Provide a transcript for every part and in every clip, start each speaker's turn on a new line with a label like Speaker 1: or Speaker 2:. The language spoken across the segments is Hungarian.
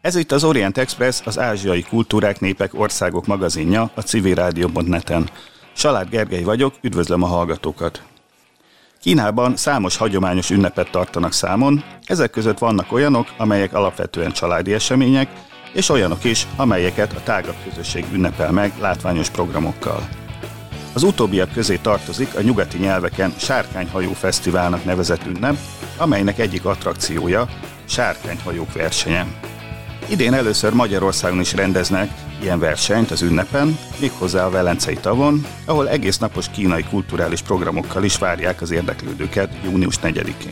Speaker 1: Ez itt az Orient Express, az ázsiai kultúrák, népek, országok magazinja a civilradio.net-en. Salád Gergely vagyok, üdvözlöm a hallgatókat! Kínában számos hagyományos ünnepet tartanak számon, ezek között vannak olyanok, amelyek alapvetően családi események, és olyanok is, amelyeket a tágabb közösség ünnepel meg látványos programokkal. Az utóbbiak közé tartozik a nyugati nyelveken Sárkányhajó Fesztiválnak nevezett ünnep, amelynek egyik attrakciója sárkányhajók versenye. Idén először Magyarországon is rendeznek ilyen versenyt az ünnepen, méghozzá a Velencei tavon, ahol egész napos kínai kulturális programokkal is várják az érdeklődőket június 4-én.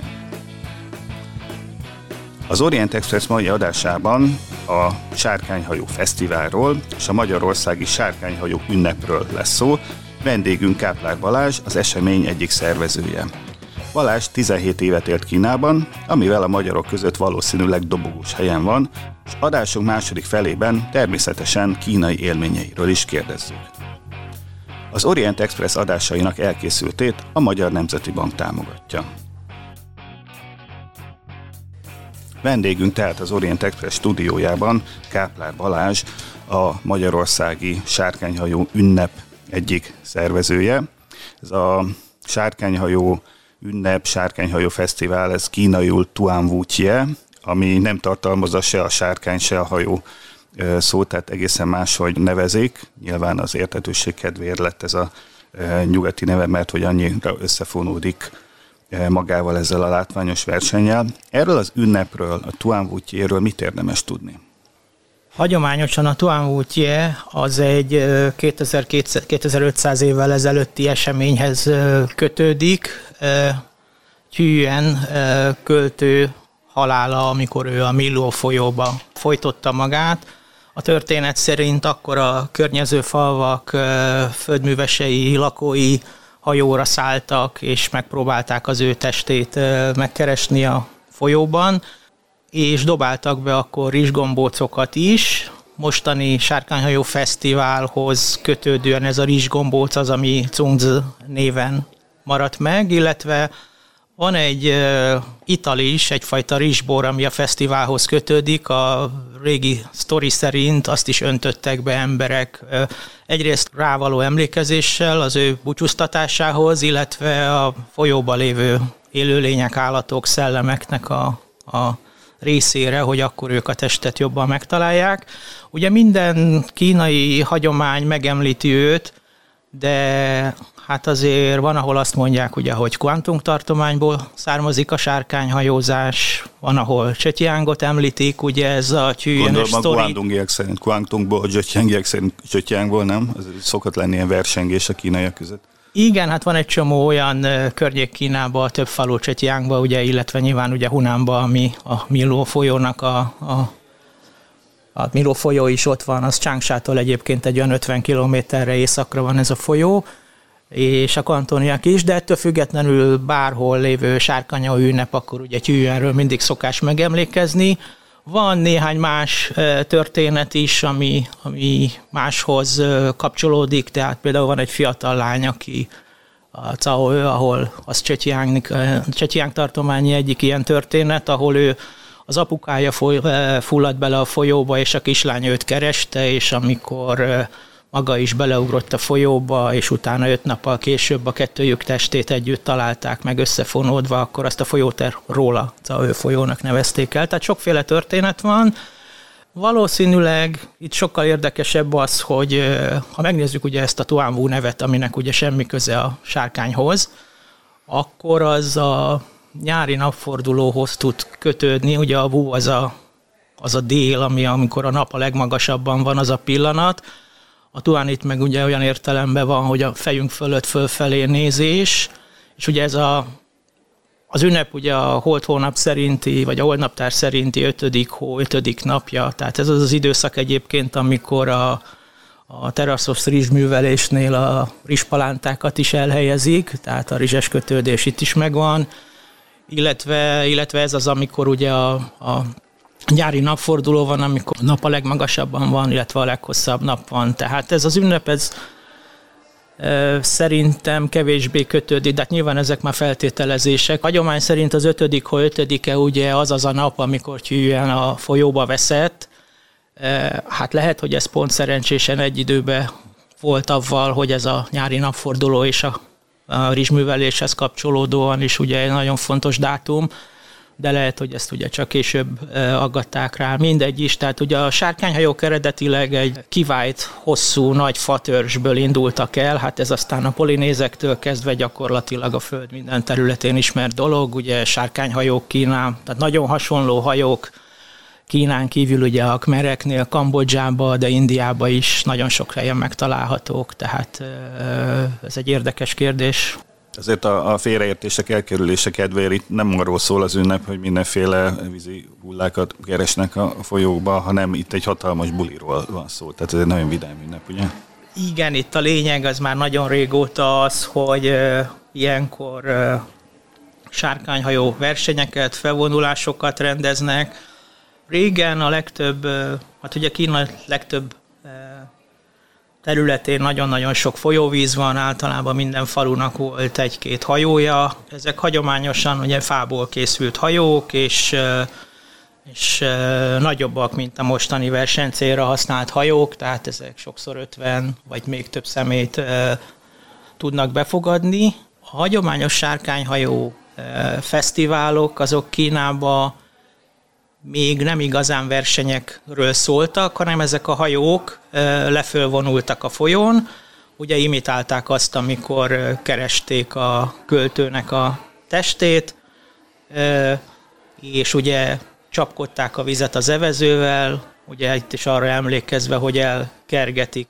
Speaker 1: Az Orient Express mai adásában a Sárkányhajó Fesztiválról és a magyarországi sárkányhajók ünnepről lesz szó. Vendégünk Káplár Balázs, az esemény egyik szervezője. Balázs 17 évet élt Kínában, amivel a magyarok között valószínűleg dobogós helyen van, és adásunk második felében természetesen kínai élményeiről is kérdezzük. Az Orient Express adásainak elkészültét a Magyar Nemzeti Bank támogatja. Vendégünk tehát az Orient Express stúdiójában Káplár Balázs, a magyarországi sárkányhajó ünnep egyik szervezője. Ez a sárkányhajó ünnep, sárkányhajó fesztivál, ez kínaiul Tuanwujie, ami nem tartalmazza se a sárkány, se a hajó szót, tehát egészen máshogy nevezik. Nyilván az érthetőség kedvéért lett ez a nyugati neve, mert hogy annyira összefonódik magával ezzel a látványos versennyel. Erről az ünnepről, a Tuanwujie-ről mit érdemes tudni?
Speaker 2: Hagyományosan a Tuanwujie az egy 2500 évvel ezelőtti eseményhez kötődik. Hüyen költő halála, amikor ő a Milló folyóba fojtotta magát. A történet szerint akkor a környező falvak földművesei, lakói hajóra szálltak, és megpróbálták az ő testét megkeresni a folyóban, és dobáltak be akkor rizsgombócokat is. Mostani Sárkányhajó Fesztiválhoz kötődően ez a rizsgombóc az, ami Zhongzi néven maradt meg, illetve van egy ital is, egyfajta rizsbor, ami a fesztiválhoz kötődik. A régi sztori szerint azt is öntöttek be emberek egyrészt rávaló emlékezéssel az ő búcsúztatásához, illetve a folyóban lévő élőlények, állatok, szellemeknek a részére, hogy akkor ők a testet jobban megtalálják. Ugye minden kínai hagyomány megemlíti őt, de hát azért van, ahol azt mondják, ugye, hogy Guangdong tartományból származik a sárkányhajózás, van, ahol Zhejiangot említik, ugye ez a tyűjönös sztori.
Speaker 1: Gondolom a guangdongiek szerint Guangdongból, Zhejiangiek szerint Zhejiangból, nem? Ez szokott lenni ilyen versengés a kínaiak között.
Speaker 2: Igen, hát van egy csomó olyan Környék-Kínában, több falu Zhejiangban, ugye, illetve nyilván ugye Hunanban, ami a Milló folyónak a Milló folyó is ott van, az Changsha-tól egyébként egy olyan 50 kilométerre északra van ez a folyó, és a kantoniak is, de ettől függetlenül bárhol lévő sárkányhajó ünnep, akkor ugye Tyűjönről mindig szokás megemlékezni. Van néhány más történet is, ami máshoz kapcsolódik, tehát például van egy fiatal lány, aki a Cao, ahol az Zhejiang tartományi egyik ilyen történet, ahol ő az apukája fulladt bele a folyóba, és a kislány őt kereste, és amikor maga is beleugrott a folyóba, és utána 5 nappal később a kettőjük testét együtt találták meg összefonódva, akkor azt a folyót róla Cao folyónak nevezték el. Tehát sokféle történet van. Valószínűleg itt sokkal érdekesebb az, hogy ha megnézzük ugye ezt a Tuanwu nevet, aminek ugye semmi köze a sárkányhoz, akkor az a nyári napfordulóhoz tud kötődni. Ugye a Wu az a dél, amikor a nap a legmagasabban van, az a pillanat. A Tuan itt meg ugye olyan értelemben van, hogy a fejünk fölött fölfelé nézés, és ugye ez az ünnep ugye a holdhónap szerinti, vagy a holdnaptár szerinti 5. hó 5. napja, tehát ez az időszak egyébként, amikor a teraszos rizsművelésnél a rizspalántákat is elhelyezik, tehát a rizses kötődés itt is megvan, illetve ez az, amikor ugye a nyári napforduló van, amikor a nap a legmagasabban van, illetve a leghosszabb nap van. Tehát ez az ünnep, ez szerintem kevésbé kötődik, de hát nyilván ezek már feltételezések. Hagyomány szerint az 5. hó 5-e ugye az a nap, amikor Tyűjön a folyóba veszett, Hát lehet, hogy ez pont szerencsésen egy időben volt avval, hogy ez a nyári napforduló és a rizsműveléshez kapcsolódóan is ugye egy nagyon fontos dátum, de lehet, hogy ezt ugye csak később aggatták rá. Mindegy is, tehát ugye a sárkányhajók eredetileg egy kivált, hosszú, nagy fatörzsből indultak el, hát ez aztán a polinézektől kezdve gyakorlatilag a Föld minden területén ismert dolog, ugye sárkányhajók Kínán, tehát nagyon hasonló hajók Kínán kívül ugye a khmereknél, Kambodzsába, de Indiába is nagyon sok helyen megtalálhatók, tehát ez egy érdekes kérdés.
Speaker 1: Azért a félreértések elkerülése kedvéért itt nem arról szól az ünnep, hogy mindenféle vízi hullákat keresnek a folyókba, hanem itt egy hatalmas buliról van szó. Tehát ez egy nagyon vidám ünnep, ugye?
Speaker 2: Igen, itt a lényeg az már nagyon régóta az, hogy ilyenkor sárkányhajó versenyeket, felvonulásokat rendeznek. Régen a legtöbb, hát ugye Kína legtöbb területén nagyon-nagyon sok folyóvíz van, általában minden falunak volt egy-két hajója. Ezek hagyományosan ugye fából készült hajók, és nagyobbak, mint a mostani versenycélra használt hajók, tehát ezek sokszor 50 vagy még több személyt tudnak befogadni. A hagyományos sárkányhajó fesztiválok azok Kínában még nem igazán versenyekről szóltak, hanem ezek a hajók lefölvonultak a folyón, ugye imitálták azt, amikor keresték a költőnek a testét, és ugye csapkodták a vizet az evezővel, ugye itt is arra emlékezve, hogy elkergetik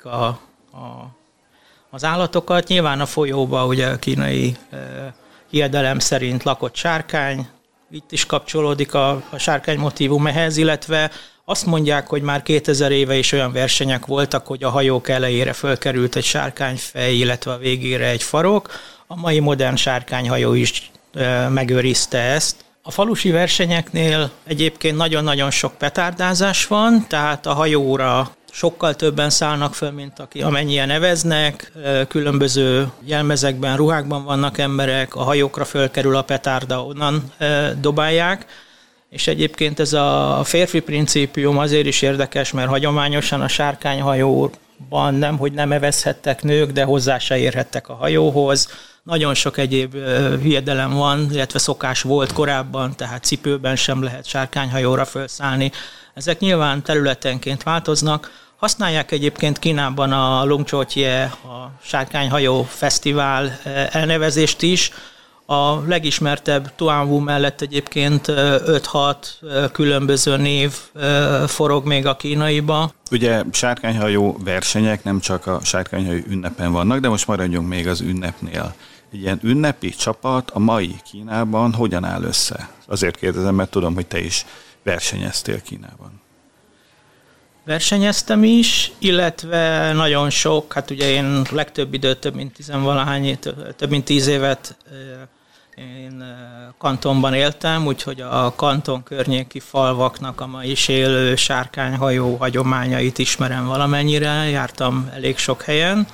Speaker 2: az állatokat. Nyilván a folyóba ugye a kínai hiedelem szerint lakott sárkány, itt is kapcsolódik a sárkány motívum ehhez, illetve azt mondják, hogy már 2000 éve is olyan versenyek voltak, hogy a hajók elejére fölkerült egy sárkányfej, illetve a végére egy farok. A mai modern sárkányhajó is megőrizte ezt. A falusi versenyeknél egyébként nagyon-nagyon sok petárdázás van, tehát a hajóra sokkal többen szállnak föl, mint amennyien eveznek, különböző jelmezekben, ruhákban vannak emberek, a hajókra fölkerül a petárda, onnan dobálják, és egyébként ez a férfi principium azért is érdekes, mert hagyományosan a sárkányhajóban nem evezhettek nők, de hozzá se érhettek a hajóhoz. Nagyon sok egyéb hiedelem van, illetve szokás volt korábban, tehát cipőben sem lehet sárkányhajóra felszállni. Ezek nyilván területenként változnak. Használják egyébként Kínában a Longchuotie, a sárkányhajó fesztivál elnevezést is. A legismertebb Tuanwu mellett egyébként 5-6 különböző név forog még a kínaiba.
Speaker 1: Ugye sárkányhajó versenyek nem csak a sárkányhajó ünnepen vannak, de most maradjunk még az ünnepnél. Egy ilyen ünnepi csapat a mai Kínában hogyan áll össze? Azért kérdezem, mert tudom, hogy te is versenyeztél Kínában.
Speaker 2: Versenyeztem is, illetve nagyon sok, hát ugye én legtöbb időt, több mint 10 évet én kantonban éltem, úgyhogy a kanton környéki falvaknak a ma is élő sárkányhajó hagyományait ismerem valamennyire, jártam elég sok helyen.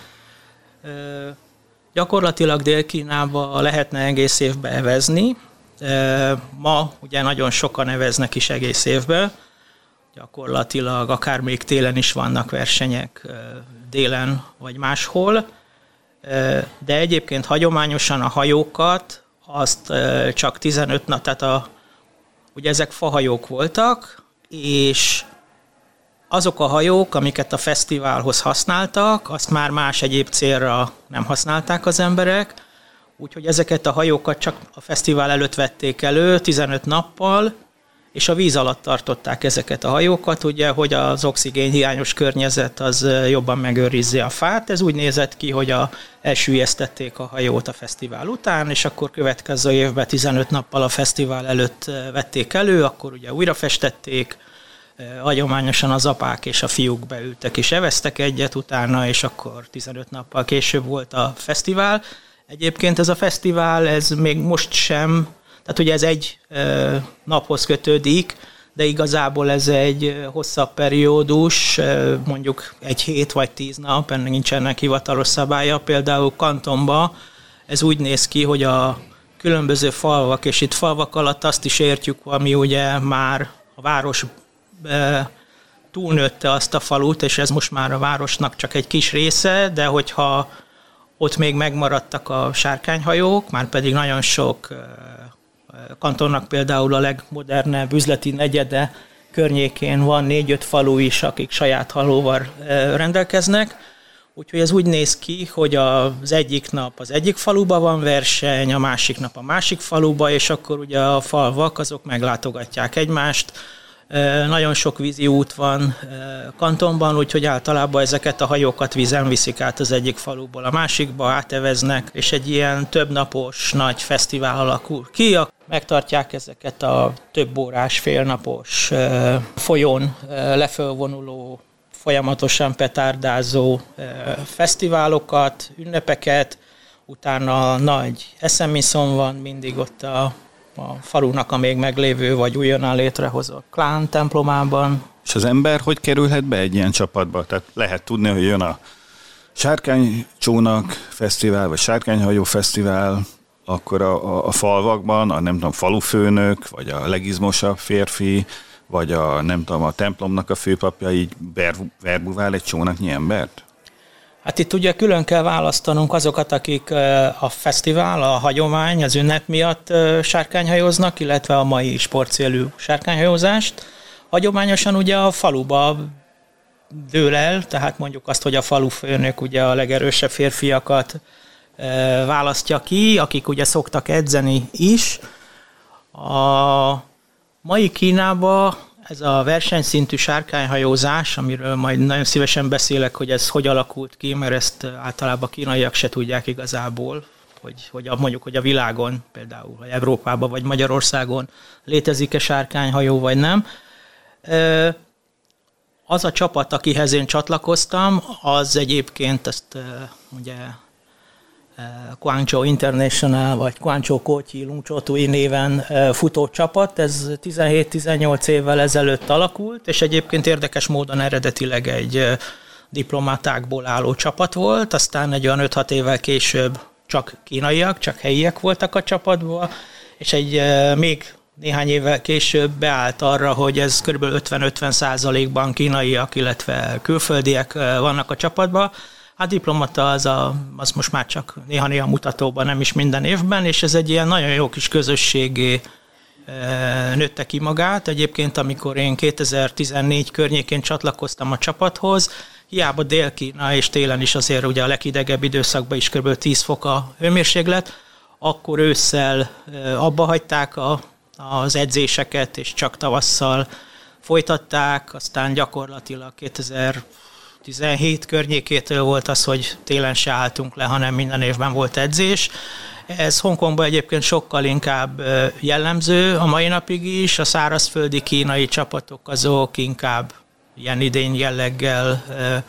Speaker 2: Gyakorlatilag Dél-Kínában lehetne egész évbe evezni, ma ugye nagyon sokan eveznek is egész évben, gyakorlatilag akár még télen is vannak versenyek délen vagy máshol, de egyébként hagyományosan a hajókat azt csak 15 nap, tehát ugye ezek fahajók voltak, és azok a hajók, amiket a fesztiválhoz használtak, azt már más egyéb célra nem használták az emberek, úgyhogy ezeket a hajókat csak a fesztivál előtt vették elő 15 nappal, és a víz alatt tartották ezeket a hajókat, ugye, hogy az oxigénhiányos környezet az jobban megőrizze a fát. Ez úgy nézett ki, hogy elsüllyesztették a hajót a fesztivál után, és akkor következő évben 15 nappal a fesztivál előtt vették elő, akkor ugye újra festették, hagyományosan az apák és a fiúk beültek és eveztek egyet utána, és akkor 15 nappal később volt a fesztivál. Egyébként ez a fesztivál, ez még most sem, tehát ugye ez egy naphoz kötődik, de igazából ez egy hosszabb periódus, mondjuk egy 7 vagy 10 nap, ennek nincsenek hivatalos szabálya. Például Kantonban ez úgy néz ki, hogy a különböző falvak, és itt falvak alatt azt is értjük, ami ugye már a város túlnőtte azt a falut, és ez most már a városnak csak egy kis része, de hogyha ott még megmaradtak a sárkányhajók, már pedig nagyon sok kantonnak például a legmodernebb üzleti negyede környékén van 4-5 falu is, akik saját hajóval rendelkeznek. Úgyhogy ez úgy néz ki, hogy az egyik nap az egyik faluba van verseny, a másik nap a másik faluba, és akkor ugye a falvak azok meglátogatják egymást. Nagyon sok vízi út van kantonban, úgyhogy általában ezeket a hajókat vízen viszik át az egyik faluból a másikba, áteveznek, és egy ilyen többnapos nagy fesztivál alakul ki. Megtartják ezeket a több órás, félnapos folyón lefölvonuló, folyamatosan petárdázó fesztiválokat, ünnepeket, utána nagy eszemiszon van mindig ott a falunak a még meglévő vagy újonnan létrehozott klán templomában.
Speaker 1: És az ember hogy kerülhet be egy ilyen csapatba? Tehát lehet tudni, hogy jön a Sárkánycsónak fesztivál, vagy Sárkányhajó fesztivál, akkor a falvakban, nem tudom, falufőnök, vagy a legizmosabb férfi, vagy a templomnak a főpapja így verbuvál egy csónaknyi embert?
Speaker 2: Hát itt ugye külön kell választanunk azokat, akik a fesztivál, a hagyomány, az ünnep miatt sárkányhajóznak, illetve a mai sportcélú sárkányhajózást. Hagyományosan ugye a faluba dől el, tehát mondjuk azt, hogy a falufőnök ugye a legerősebb férfiakat választja ki, akik ugye szoktak edzeni is. A mai Kínában ez a versenyszintű sárkányhajózás, amiről majd nagyon szívesen beszélek, hogy ez hogy alakult ki, mert ezt általában kínaiak se tudják igazából, hogy mondjuk, hogy a világon, például vagy Európában, vagy Magyarországon létezik-e sárkányhajó, vagy nem. Az a csapat, akihez én csatlakoztam, az egyébként ezt ugye Guangzhou International, vagy Guangzhou Kócsi Lungcsótui néven futó csapat. Ez 17-18 évvel ezelőtt alakult, és egyébként érdekes módon eredetileg egy diplomatákból álló csapat volt, aztán egy olyan 5-6 évvel később csak kínaiak, csak helyiek voltak a csapatban, és egy még néhány évvel később beállt arra, hogy ez kb. 50-50%-ban kínaiak, illetve külföldiek vannak a csapatban. A diplomata az most már csak néha-néha mutatóban, nem is minden évben, és ez egy ilyen nagyon jó kis közösségé nőtte ki magát. Egyébként, amikor én 2014 környékén csatlakoztam a csapathoz, hiába Dél-Kína és télen is azért ugye a leghidegebb időszakban is kb. 10 fok a hőmérséklet, akkor ősszel abba hagyták az edzéseket, és csak tavasszal folytatták, aztán gyakorlatilag 2017 környékétől volt az, hogy télen se álltunk le, hanem minden évben volt edzés. Ez Hongkongban egyébként sokkal inkább jellemző a mai napig is, a szárazföldi kínai csapatok azok inkább ilyen idény jelleggel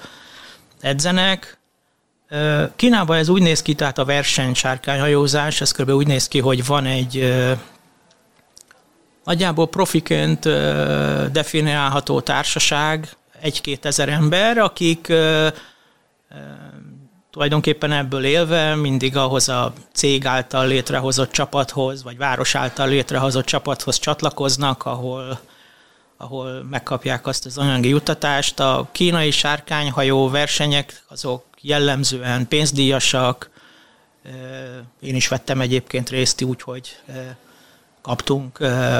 Speaker 2: edzenek. Kínában ez úgy néz ki, tehát a versenysárkányhajózás, ez kb. Úgy néz ki, hogy van egy nagyjából profiként definiálható társaság, 1-2 ezer ember, akik tulajdonképpen ebből élve mindig ahhoz a cég által létrehozott csapathoz, vagy város által létrehozott csapathoz csatlakoznak, ahol megkapják azt az anyagi juttatást. A kínai sárkányhajó versenyek azok jellemzően pénzdíjasak. Én is vettem egyébként részt úgy, hogy kaptunk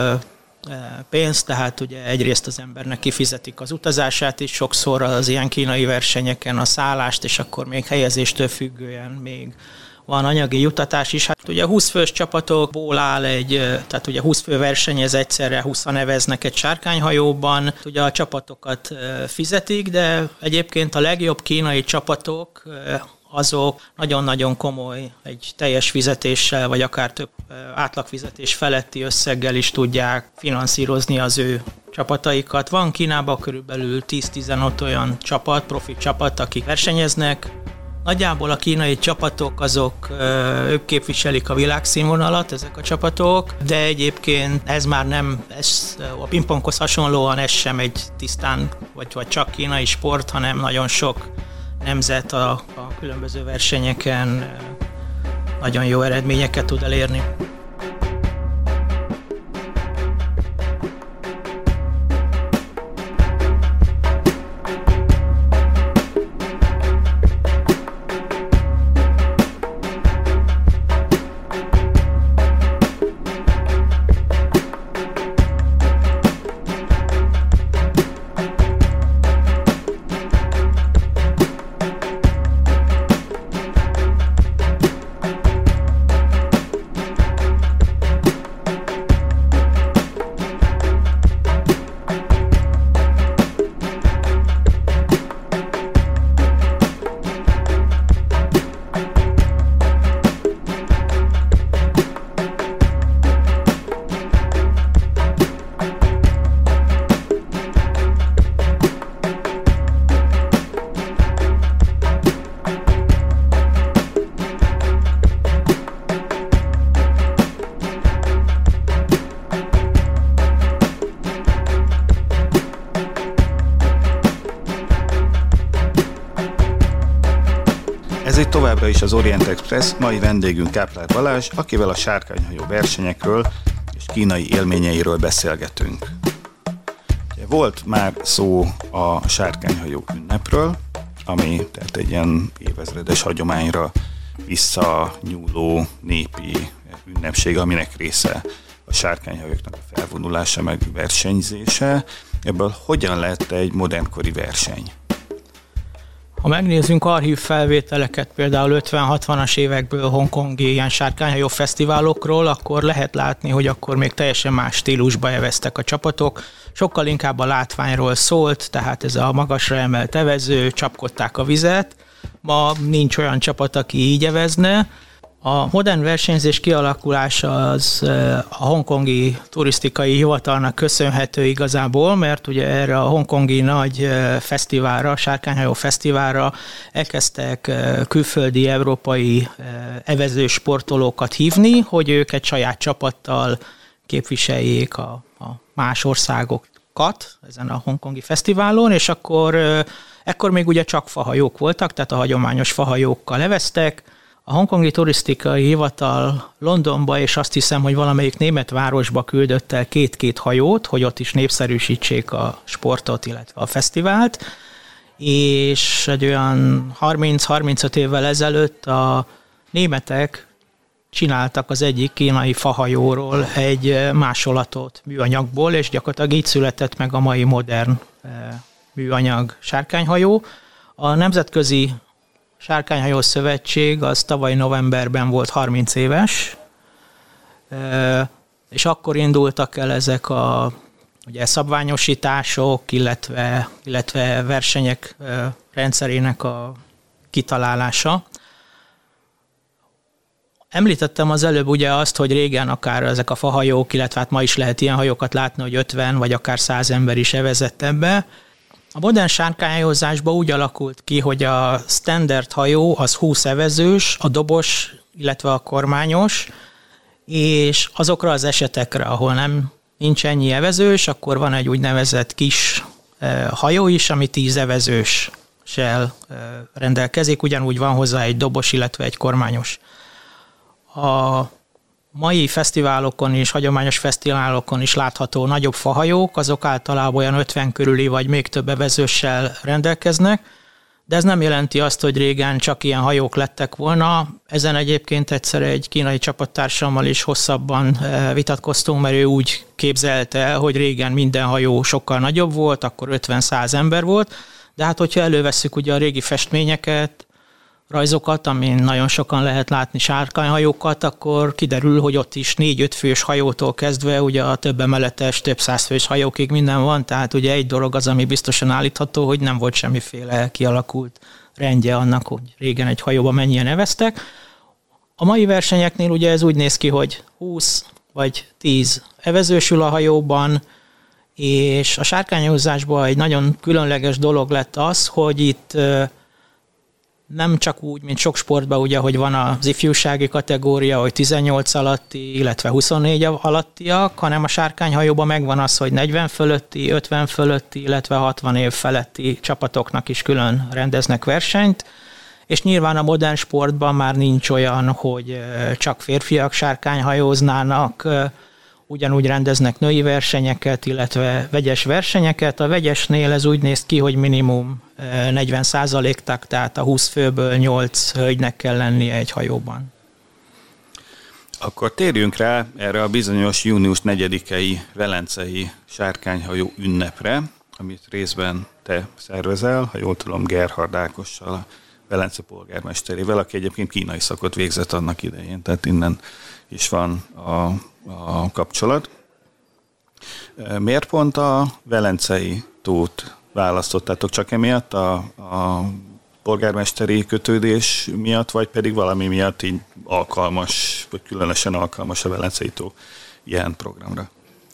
Speaker 2: pénzt, tehát ugye egyrészt az embernek kifizetik az utazását is, sokszor az ilyen kínai versenyeken a szállást, és akkor még helyezéstől függően még van anyagi juttatás is. Hát ugye 20 fős csapatokból áll tehát ugye 20 fő versenyez egyszerre, 20-an neveznek egy sárkányhajóban. Ugye a csapatokat fizetik, de egyébként a legjobb kínai csapatok azok nagyon-nagyon komoly, egy teljes fizetéssel, vagy akár több átlagfizetés feletti összeggel is tudják finanszírozni az ő csapataikat. Van Kínában körülbelül 10-15 olyan csapat, profi csapat, akik versenyeznek. Nagyjából a kínai csapatok azok, ők képviselik a világszínvonalat, ezek a csapatok, de egyébként ez már nem, a pingponghoz hasonlóan ez sem egy tisztán, vagy csak kínai sport, hanem nagyon sok nemzet a különböző versenyeken nagyon jó eredményeket tud elérni.
Speaker 1: itt továbbra is az Orient Express, mai vendégünk Káplár Balázs, akivel a sárkányhajó versenyekről és kínai élményeiről beszélgetünk. Volt már szó a sárkányhajó ünnepről, ami tehát egy ilyen évezredes hagyományra visszanyúló népi ünnepség, aminek része a sárkányhajóknak a felvonulása, meg versenyzése. Ebből hogyan lett egy modernkori verseny?
Speaker 2: Ha megnézzünk archív felvételeket, például 50-60-as évekből hongkongi ilyen sárkányhajó fesztiválokról, akkor lehet látni, hogy akkor még teljesen más stílusba eveztek a csapatok. Sokkal inkább a látványról szólt, tehát ez a magasra emelt evező, csapkodták a vizet. Ma nincs olyan csapat, aki így evezne. A modern versenyzés kialakulása az a hongkongi turisztikai hivatalnak köszönhető igazából, mert ugye erre a hongkongi nagy fesztiválra, sárkányhajó fesztiválra elkezdtek külföldi, európai evező sportolókat hívni, hogy őket saját csapattal képviseljék a más országokat ezen a hongkongi fesztiválon, és ekkor még ugye csak fahajók voltak, tehát a hagyományos fahajókkal eveztek. A hongkongi turisztikai hivatal Londonba, és azt hiszem, hogy valamelyik német városba küldött el két hajót, hogy ott is népszerűsítsék a sportot, illetve a fesztivált, és egy olyan 30-35 évvel ezelőtt a németek csináltak az egyik kínai fahajóról egy másolatot műanyagból, és gyakorlatilag így született meg a mai modern műanyag sárkányhajó. A Nemzetközi Sárkányhajó Szövetség az tavaly novemberben volt 30 éves, és akkor indultak el ezek a ugye, szabványosítások, illetve versenyek rendszerének a kitalálása. Említettem az előbb ugye azt, hogy régen akár ezek a fahajók, illetve hát ma is lehet ilyen hajókat látni, hogy 50 vagy akár 100 ember is evezett ebbe. A modern sárkányhajózásban úgy alakult ki, hogy a standard hajó az 20 evezős, a dobos, illetve a kormányos, és azokra az esetekre, ahol nincs ennyi evezős, akkor van egy úgynevezett kis hajó is, ami 10 evezőssel rendelkezik, ugyanúgy van hozzá egy dobos, illetve egy kormányos. A mai fesztiválokon is, hagyományos fesztiválokon is látható nagyobb fahajók, azok általában olyan 50 körüli vagy még több evezőssel rendelkeznek, de ez nem jelenti azt, hogy régen csak ilyen hajók lettek volna. Ezen egyébként egyszer egy kínai csapattársammal is hosszabban vitatkoztunk, mert ő úgy képzelte, hogy régen minden hajó sokkal nagyobb volt, akkor 50-100 ember volt, de hát hogyha elővesszük ugye a régi festményeket, rajzokat, amin nagyon sokan lehet látni sárkányhajókat, akkor kiderül, hogy ott is 4-5 fős hajótól kezdve ugye a több emeletes, több száz fős hajókig minden van, tehát ugye egy dolog az, ami biztosan állítható, hogy nem volt semmiféle kialakult rendje annak, hogy régen egy hajóban mennyien eveztek. A mai versenyeknél ugye ez úgy néz ki, hogy 20 vagy 10 evezősül a hajóban, és a sárkányhajózásban egy nagyon különleges dolog lett az, hogy itt nem csak úgy, mint sok sportban, ugye, hogy van az ifjúsági kategória, hogy 18 alatti, illetve 24 alattiak, hanem a sárkányhajóban megvan az, hogy 40 fölötti, 50 fölötti, illetve 60 év feletti csapatoknak is külön rendeznek versenyt, és nyilván a modern sportban már nincs olyan, hogy csak férfiak sárkányhajóznának, ugyanúgy rendeznek női versenyeket, illetve vegyes versenyeket. A vegyesnél ez úgy néz ki, hogy minimum 40%-tak, tehát a 20 főből 8 hölgynek kell lennie egy hajóban.
Speaker 1: Akkor térjünk rá erre a bizonyos június 4-i velencei sárkányhajó ünnepre, amit részben te szervezel, ha jól tudom, Gerhard Ákossal, a Velence polgármesterével, aki egyébként kínai szakot végzett annak idején, tehát innen is van a kapcsolat. Miért pont a velencei tót választottátok? Csak emiatt a polgármesteri kötődés miatt, vagy pedig valami miatt így alkalmas, vagy különösen alkalmas a velencei tó ilyen programra?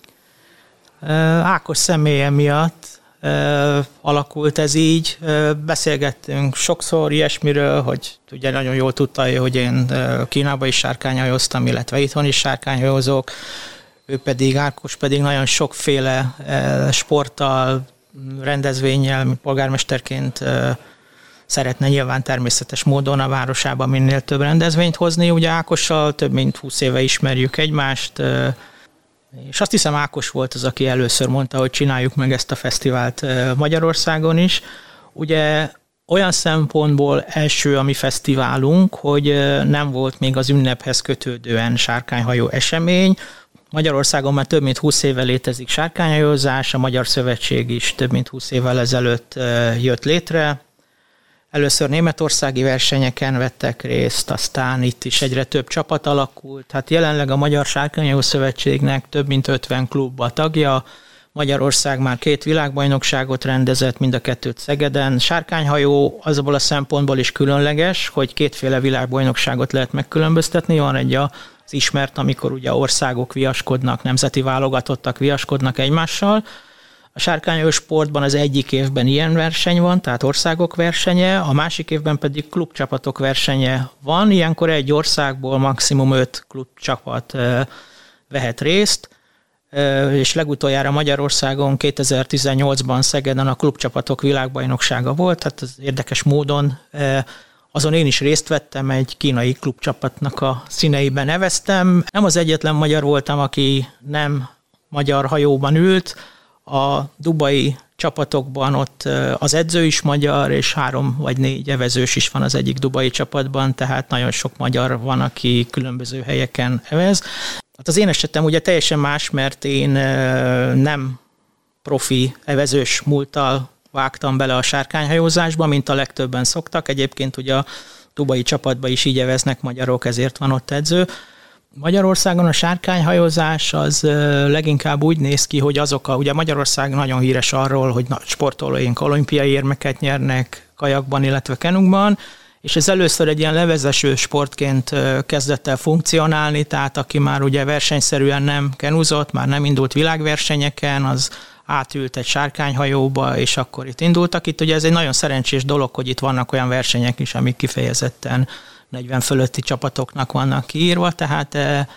Speaker 2: Ákos személye miatt alakult ez így. Beszélgettünk sokszor ilyesmiről, hogy ugye nagyon jól tudta, hogy én Kínában is sárkányhajóztam, illetve itthon is sárkányhajózok. Ákos pedig nagyon sokféle sporttal, rendezvénnyel, polgármesterként szeretne nyilván természetes módon a városában minél több rendezvényt hozni. Ugye Ákossal több mint 20 éve ismerjük egymást, és azt hiszem Ákos volt az, aki először mondta, hogy csináljuk meg ezt a fesztivált Magyarországon is. Ugye olyan szempontból első a mi fesztiválunk, hogy nem volt még az ünnephez kötődően sárkányhajó esemény. Magyarországon már több mint 20 éve létezik sárkányhajózás, a Magyar Szövetség is több mint 20 évvel ezelőtt jött létre. Először németországi versenyeken vettek részt, aztán itt is egyre több csapat alakult. Hát jelenleg a Magyar Sárkányhajó Szövetségnek több mint 50 klub a tagja. Magyarország már 2 világbajnokságot rendezett, mind a 2 Szegeden. Sárkányhajó azból a szempontból is különleges, hogy 2 világbajnokságot lehet megkülönböztetni. Van egy az ismert, amikor ugye országok viaskodnak, nemzeti válogatottak viaskodnak egymással. A sárkányhajó sportban az egyik évben ilyen verseny van, tehát országok versenye, a másik évben pedig klubcsapatok versenye van. Ilyenkor egy országból maximum 5 klubcsapat vehet részt, és legutoljára Magyarországon 2018-ban Szegeden a klubcsapatok világbajnoksága volt, tehát az érdekes módon azon én is részt vettem, egy kínai klubcsapatnak a színeiben neveztem. Nem az egyetlen magyar voltam, aki nem magyar hajóban ült. A dubai csapatokban ott az edző is magyar, és 3 vagy 4 evezős is van az egyik dubai csapatban, tehát nagyon sok magyar van, aki különböző helyeken evez. Hát az én esetem ugye teljesen más, mert én nem profi evezős múlttal vágtam bele a sárkányhajózásba, mint a legtöbben szoktak. Egyébként ugye a dubai csapatban is így eveznek magyarok, ezért van ott edző. Magyarországon a sárkányhajózás az leginkább úgy néz ki, hogy ugye Magyarország nagyon híres arról, hogy sportolóink olimpiai érmeket nyernek kajakban, illetve kenukban, és ez először egy ilyen levezető sportként kezdett el funkcionálni, tehát aki már ugye versenyszerűen nem kenuzott, már nem indult világversenyeken, az átült egy sárkányhajóba, és akkor itt indultak. Itt ugye ez egy nagyon szerencsés dolog, hogy itt vannak olyan versenyek is, amik kifejezetten 40 fölötti csapatoknak vannak kiírva, tehát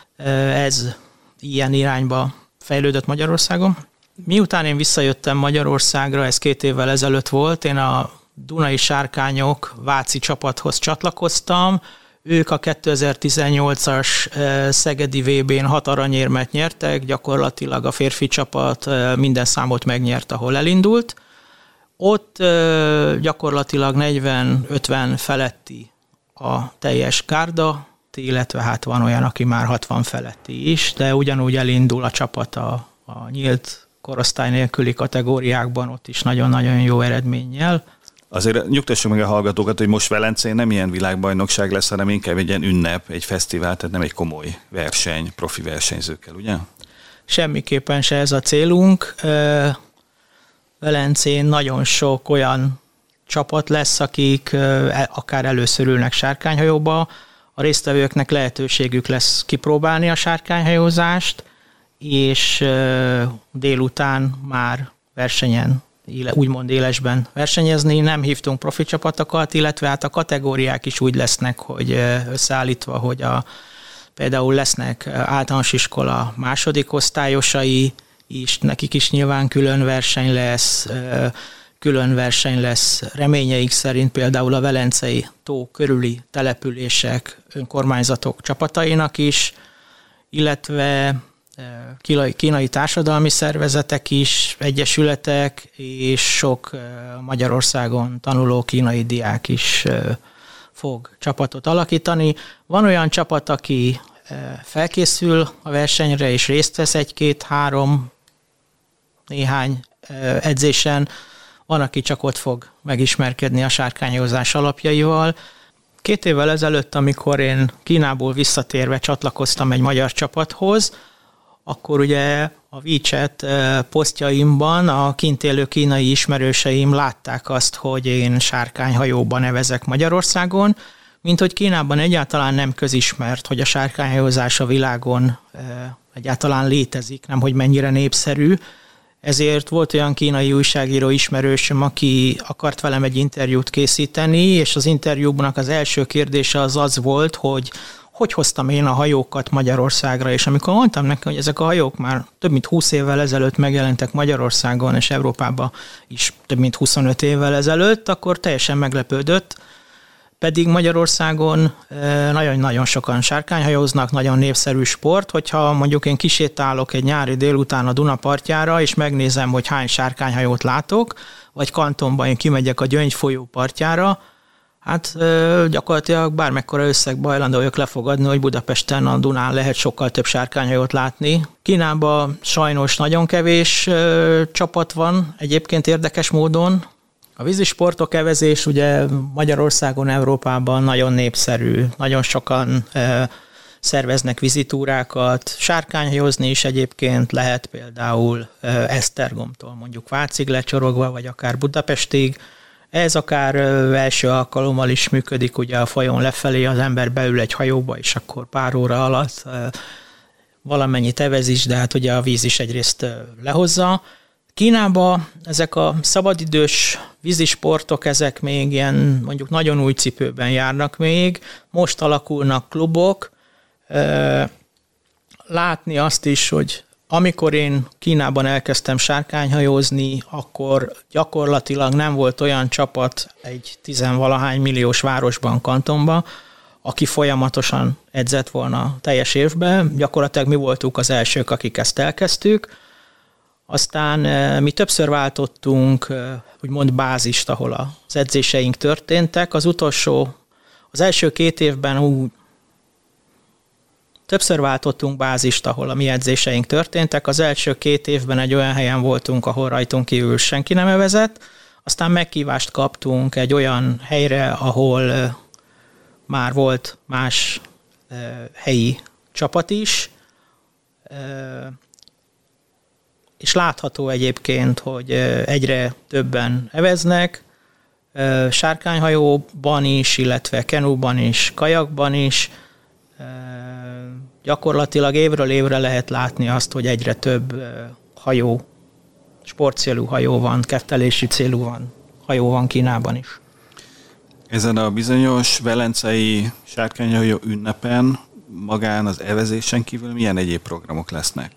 Speaker 2: ez ilyen irányba fejlődött Magyarországon. Miután én visszajöttem Magyarországra, ez 2 évvel ezelőtt volt, én a Dunai Sárkányok váci csapathoz csatlakoztam. Ők a 2018-as szegedi VB-n 6 aranyérmet nyertek, gyakorlatilag a férfi csapat minden számot megnyert, ahol elindult. Ott gyakorlatilag 40-50 feletti a teljes gárda, illetve hát van olyan, aki már 60 feletti is, de ugyanúgy elindul a csapat a nyílt korosztály nélküli kategóriákban, ott is nagyon-nagyon jó eredménnyel.
Speaker 1: Azért nyugtassuk meg a hallgatókat, hogy most Velencén nem ilyen világbajnokság lesz, hanem inkább egy ilyen ünnep, egy fesztivál, tehát nem egy komoly verseny, profi versenyzőkkel, ugye?
Speaker 2: Semmiképpen se ez a célunk. Velencén nagyon sok olyan csapat lesz, akik akár először ülnek sárkányhajóba. A résztvevőknek lehetőségük lesz kipróbálni a sárkányhajózást, és délután már versenyen, úgymond élesben versenyezni. Nem hívtunk profi csapatokat, illetve hát a kategóriák is úgy lesznek, hogy összeállítva, hogy például lesznek általános iskola második osztályosai is, nekik is nyilván külön verseny lesz reményeik szerint például a Velencei tó körüli települések, önkormányzatok csapatainak is, illetve kínai társadalmi szervezetek is, egyesületek, és sok Magyarországon tanuló kínai diák is fog csapatot alakítani. Van olyan csapat, aki felkészül a versenyre, és részt vesz 1-2-3 néhány edzésen. Van, aki csak ott fog megismerkedni a sárkányozás alapjaival. 2 évvel ezelőtt, amikor én Kínából visszatérve csatlakoztam egy magyar csapathoz, akkor ugye a WeChat posztjaimban a kint élő kínai ismerőseim látták azt, hogy én sárkányhajóban nevezek Magyarországon, mint hogy Kínában egyáltalán nem közismert, hogy a sárkányhajózás a világon egyáltalán létezik, nem hogy mennyire népszerű. Ezért volt olyan kínai újságíró ismerősöm, aki akart velem egy interjút készíteni, és az interjúnak az első kérdése az volt, hogy hogy hoztam én a hajókat Magyarországra, és amikor mondtam neki, hogy ezek a hajók már több mint 20 évvel ezelőtt megjelentek Magyarországon és Európában is több mint 25 évvel ezelőtt, akkor teljesen meglepődött, pedig Magyarországon nagyon-nagyon sokan sárkányhajóznak, nagyon népszerű sport, hogyha mondjuk én kisétálok egy nyári délután a Duna partjára, és megnézem, hogy hány sárkányhajót látok, vagy Kantonban én kimegyek a Gyöngy folyó partjára, hát gyakorlatilag bármekkora összegbe hajlandó vagyok lefogadni, hogy Budapesten a Dunán lehet sokkal több sárkányhajót látni. Kínában sajnos nagyon kevés csapat van, egyébként érdekes módon. A vízisportok, evezés ugye Magyarországon, Európában nagyon népszerű, nagyon sokan szerveznek vizitúrákat, sárkányhajózni is egyébként lehet például Esztergomtól mondjuk Vácig lecsorogva, vagy akár Budapestig. Ez akár első alkalommal is működik, ugye a folyón lefelé az ember beül egy hajóba, és akkor pár óra alatt valamennyit evez is, de hát ugye a víz is egyrészt lehozza. Kínában ezek a szabadidős vízisportok, ezek még ilyen mondjuk nagyon új cipőben járnak még, most alakulnak klubok. Látni azt is, hogy amikor én Kínában elkezdtem sárkányhajózni, akkor gyakorlatilag nem volt olyan csapat egy 10-valahány milliós városban, Kantonban, aki folyamatosan edzett volna teljes évben. Gyakorlatilag mi voltunk az elsők, akik ezt elkezdtük. Aztán mi többször váltottunk úgymond bázist, ahol az edzéseink történtek. Az első 2 évben többször váltottunk bázist, ahol a mi edzéseink történtek. Az első 2 évben egy olyan helyen voltunk, ahol rajtunk kívül senki nem evezett. Aztán meghívást kaptunk egy olyan helyre, ahol már volt más helyi csapat is. És látható egyébként, hogy egyre többen eveznek, sárkányhajóban is, illetve kenúban is, kajakban is. Gyakorlatilag évről évre lehet látni azt, hogy egyre több hajó, sportcélú hajó van, kettelési célú hajó van Kínában is.
Speaker 1: Ezen a bizonyos velencei sárkányhajó ünnepen magán az evezésen kívül milyen egyéb programok lesznek?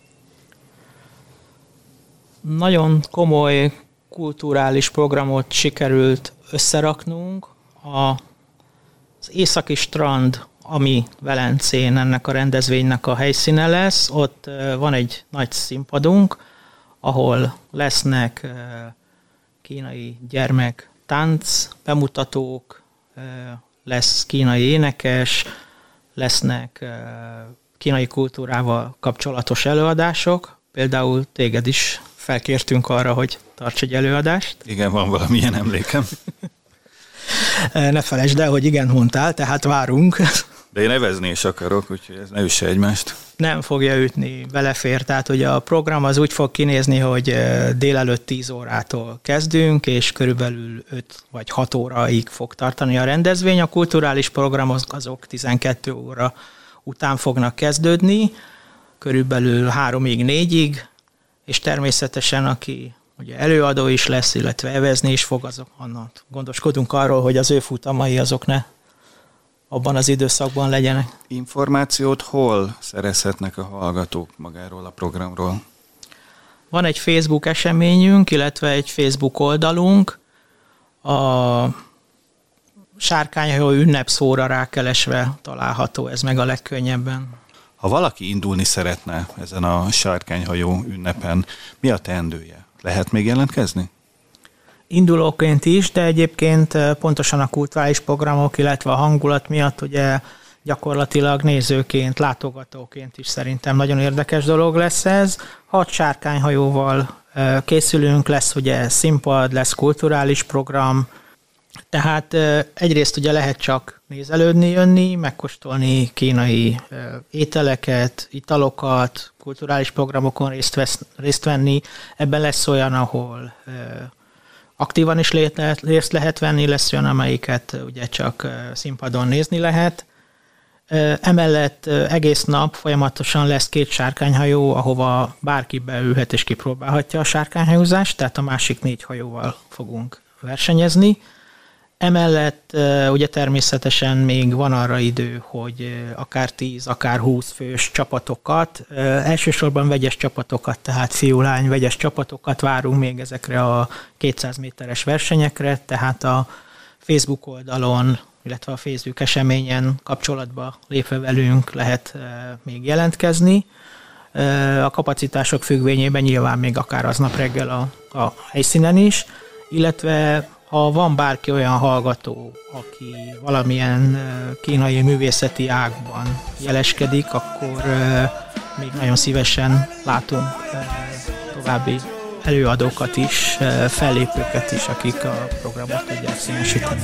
Speaker 2: Nagyon komoly kulturális programot sikerült összeraknunk. Az északi strand, ami Velencén ennek a rendezvénynek a helyszíne lesz, ott van egy nagy színpadunk, ahol lesznek kínai gyermektánc bemutatók, lesz kínai énekes, lesznek kínai kultúrával kapcsolatos előadások. Például téged is felkértünk arra, hogy tarts egy előadást.
Speaker 1: Igen, van valamilyen emlékem.
Speaker 2: Ne felejtsd el, hogy igen mondtál, tehát várunk.
Speaker 1: De én evezni is akarok, úgyhogy ez ne üsse egymást.
Speaker 2: Nem fogja ütni, belefér. Tehát ugye a program az úgy fog kinézni, hogy délelőtt 10 órától kezdünk, és körülbelül 5 vagy 6 óraig fog tartani a rendezvény. A kulturális programok azok 12 óra után fognak kezdődni, körülbelül 3-ig, 4-ig, és természetesen aki ugye előadó is lesz, illetve evezni is fog, azok annak gondoskodunk arról, hogy az ő futamai azok ne abban az időszakban legyenek.
Speaker 1: Információt hol szerezhetnek a hallgatók magáról a programról?
Speaker 2: Van egy Facebook eseményünk, illetve egy Facebook oldalunk. A sárkányhajó ünnepszóra rákeresve található ez meg a legkönnyebben.
Speaker 1: Ha valaki indulni szeretne ezen a sárkányhajó ünnepen, mi a teendője? Lehet még jelentkezni?
Speaker 2: Indulóként is, de egyébként pontosan a kulturális programok, illetve a hangulat miatt ugye gyakorlatilag nézőként, látogatóként is szerintem nagyon érdekes dolog lesz ez. 6 sárkányhajóval készülünk, lesz ugye színpad, lesz kulturális program, tehát egyrészt ugye lehet csak nézelődni, jönni, megkóstolni kínai ételeket, italokat, kulturális programokon részt venni. Ebben lesz olyan, ahol aktívan is részt lehet venni, lesz olyan, amelyiket ugye csak színpadon nézni lehet. Emellett egész nap folyamatosan lesz 2 sárkányhajó, ahova bárki beülhet és kipróbálhatja a sárkányhajózást, tehát a másik 4 hajóval fogunk versenyezni. Emellett ugye természetesen még van arra idő, hogy akár 10, akár 20 fős csapatokat, elsősorban vegyes csapatokat, tehát fiú-lány vegyes csapatokat várunk még ezekre a 200 méteres versenyekre, tehát a Facebook oldalon, illetve a Facebook eseményen kapcsolatba lépve velünk lehet még jelentkezni. A kapacitások függvényében nyilván még akár aznap reggel a helyszínen is, illetve ha van bárki olyan hallgató, aki valamilyen kínai művészeti ágban jeleskedik, akkor még nagyon szívesen látunk további előadókat is, fellépőket is, akik a programot tudják színesíteni.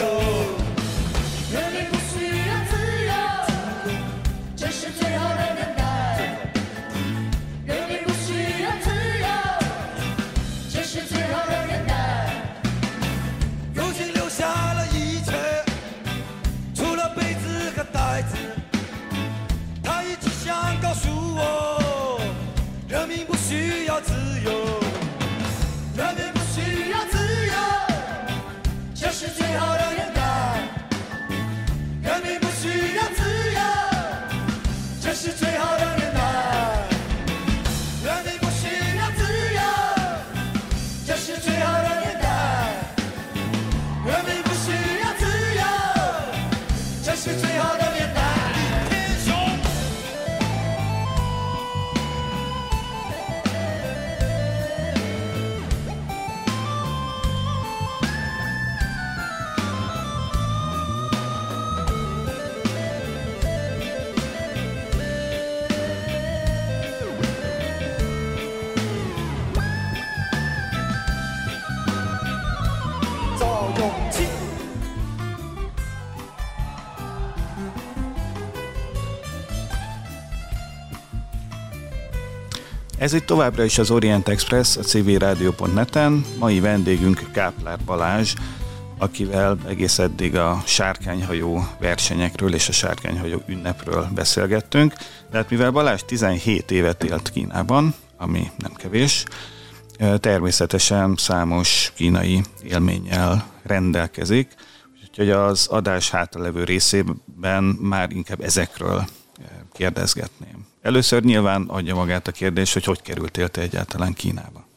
Speaker 1: Ez itt továbbra is az Orient Express a civilradio.net-en. Mai vendégünk Káplár Balázs, akivel egész eddig a sárkányhajó versenyekről és a sárkányhajó ünnepről beszélgettünk. De hát mivel Balázs 17 évet élt Kínában, ami nem kevés, természetesen számos kínai élménnyel rendelkezik, úgyhogy az adás hátralevő részében már inkább ezekről kérdezgetném. Először nyilván adja magát a kérdés, hogy kerültél te egyáltalán Kínába?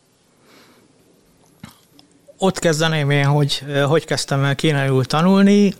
Speaker 2: Ott kezdeném én, hogy kezdtem el kínaiul tanulni.